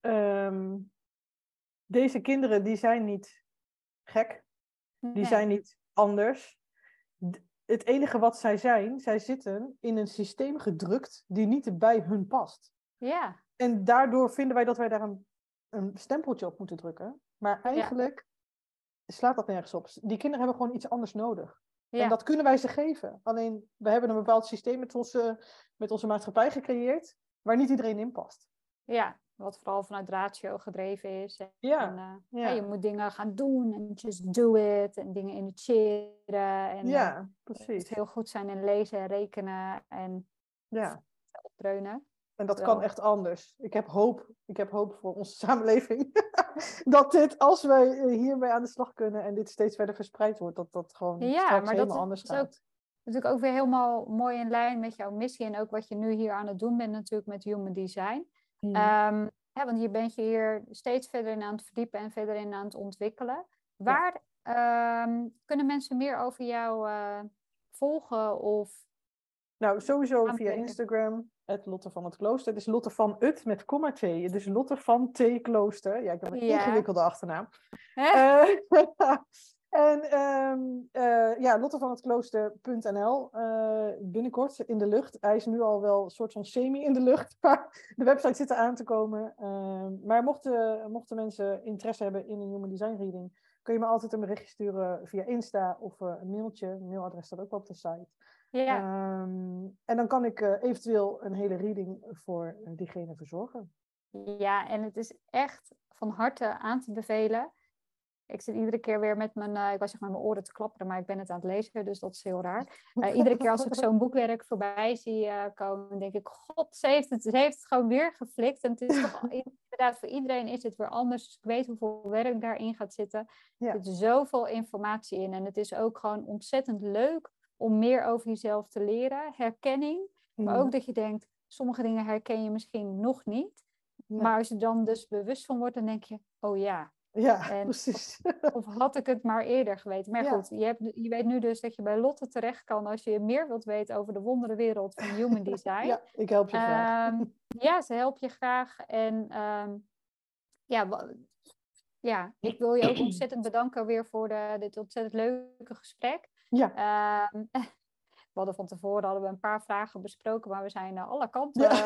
um, deze kinderen, die zijn niet gek. Die nee. zijn niet anders. D- het enige wat zij zijn, zij zitten in een systeem gedrukt die niet bij hun past. Ja. En daardoor vinden wij dat wij daar een, een stempeltje op moeten drukken. Maar eigenlijk ja. slaat dat nergens op. Die kinderen hebben gewoon iets anders nodig. Ja. En dat kunnen wij ze geven. Alleen, we hebben een bepaald systeem met onze, met onze maatschappij gecreëerd, waar niet iedereen in past. Ja, wat vooral vanuit ratio gedreven is. En, ja. En, uh, ja. ja, je moet dingen gaan doen en just do it. En dingen initiëren. En, ja, uh, precies. heel goed zijn in lezen en rekenen en ja. opdreunen. En dat Terwijl... kan echt anders. Ik heb hoop, ik heb hoop voor onze samenleving. Dat dit, als wij hiermee aan de slag kunnen en dit steeds verder verspreid wordt, dat dat gewoon ja, straks maar helemaal dat anders is gaat. ook natuurlijk ook weer helemaal mooi in lijn met jouw missie en ook wat je nu hier aan het doen bent natuurlijk met Human Design. Hmm. Um, ja, want hier ben je hier steeds verder in aan het verdiepen en verder in aan het ontwikkelen. Waar ja. um, kunnen mensen meer over jou uh, volgen of... Nou, sowieso via Instagram, het Lotte van het Klooster. Het is Lotte van Ut met komma T. Dus Lotte van T Klooster. Ja, ik heb een ja. ingewikkelde achternaam. uh, en um, uh, ja, lotte van het klooster punt n l. Uh, binnenkort in de lucht. Hij is nu al wel een soort van semi in de lucht. Maar de website zit er aan te komen. Uh, maar mochten, mochten mensen interesse hebben in een Human Design reading, kun je me altijd een berichtje sturen via Insta of uh, een mailtje. Een mailadres staat ook op de site. Ja. Um, en dan kan ik uh, eventueel een hele reading voor uh, diegene verzorgen. Ja, en het is echt van harte aan te bevelen. Ik zit iedere keer weer met mijn, uh, ik was zeg maar mijn oren te klapperen, maar ik ben het aan het lezen, dus dat is heel raar. Uh, iedere keer als ik zo'n boekwerk voorbij zie uh, komen, denk ik, god, ze heeft, het, ze heeft het gewoon weer geflikt. En het is toch inderdaad, voor iedereen is het weer anders. Dus ik weet hoeveel werk daarin gaat zitten. Ja. Er zit zoveel informatie in en het is ook gewoon ontzettend leuk om meer over jezelf te leren. Herkenning, mm. maar ook dat je denkt, sommige dingen herken je misschien nog niet. Nee. Maar als je dan dus bewust van wordt, dan denk je, oh ja. Ja, en, precies. Of, of had ik het maar eerder geweten. Maar ja. goed, je, hebt, je weet nu dus dat je bij Lotte terecht kan als je meer wilt weten over de wonderenwereld van Human Design. Ja, ik help je graag. Um, ja, ze helpt je graag. En um, ja, ja, ik wil je ook ontzettend bedanken weer voor de, dit ontzettend leuke gesprek. Ja. Um, We hadden van tevoren hadden we een paar vragen besproken, maar we zijn uh, alle kanten. Ja.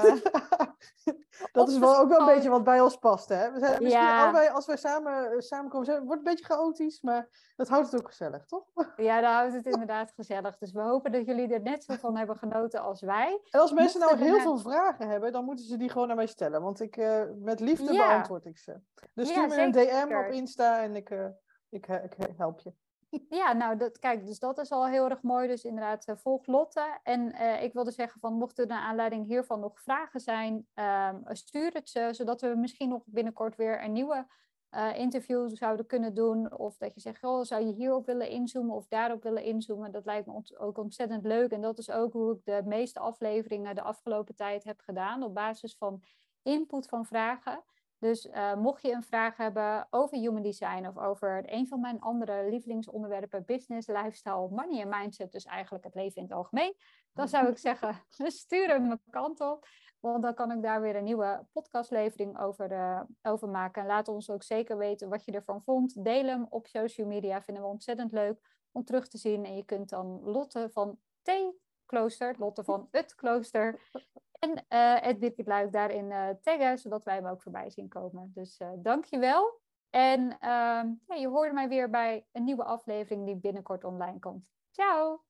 Dat is wel ook wel een beetje wat bij ons past, hè? We zijn misschien ja. allebei, als wij samen samenkomen, het wordt een beetje chaotisch, maar dat houdt het ook gezellig, toch? Ja, dat houdt het inderdaad gezellig. Dus we hopen dat jullie er net zo van hebben genoten als wij. En als mensen Mochten nou heel naar... veel vragen hebben, dan moeten ze die gewoon aan mij stellen, want ik uh, met liefde ja. beantwoord ik ze. Dus stuur ja, me een D M op Insta en ik, uh, ik, uh, ik help je. Ja, nou, dat, kijk, dus dat is al heel erg mooi. Dus inderdaad, uh, volg Lotte. En uh, ik wilde zeggen van, mochten er naar aanleiding hiervan nog vragen zijn, um, stuur het ze, zodat we misschien nog binnenkort weer een nieuwe uh, interview zouden kunnen doen. Of dat je zegt, oh, zou je hierop willen inzoomen of daarop willen inzoomen? Dat lijkt me ont- ook ontzettend leuk. En dat is ook hoe ik de meeste afleveringen de afgelopen tijd heb gedaan, op basis van input van vragen. Dus uh, mocht je een vraag hebben over Human Design of over een van mijn andere lievelingsonderwerpen, business, lifestyle, money en mindset, dus eigenlijk het leven in het algemeen, dan zou ik zeggen, stuur hem mijn kant op, want dan kan ik daar weer een nieuwe podcastlevering over, uh, over maken. En laat ons ook zeker weten wat je ervan vond. Deel hem op social media, vinden we ontzettend leuk om terug te zien. En je kunt dan Lotte van T Klooster, Lotte van het Klooster, En uh, het Birgit Luik daarin uh, taggen, zodat wij hem ook voorbij zien komen. Dus uh, dankjewel. En uh, ja, je hoort mij weer bij een nieuwe aflevering die binnenkort online komt. Ciao!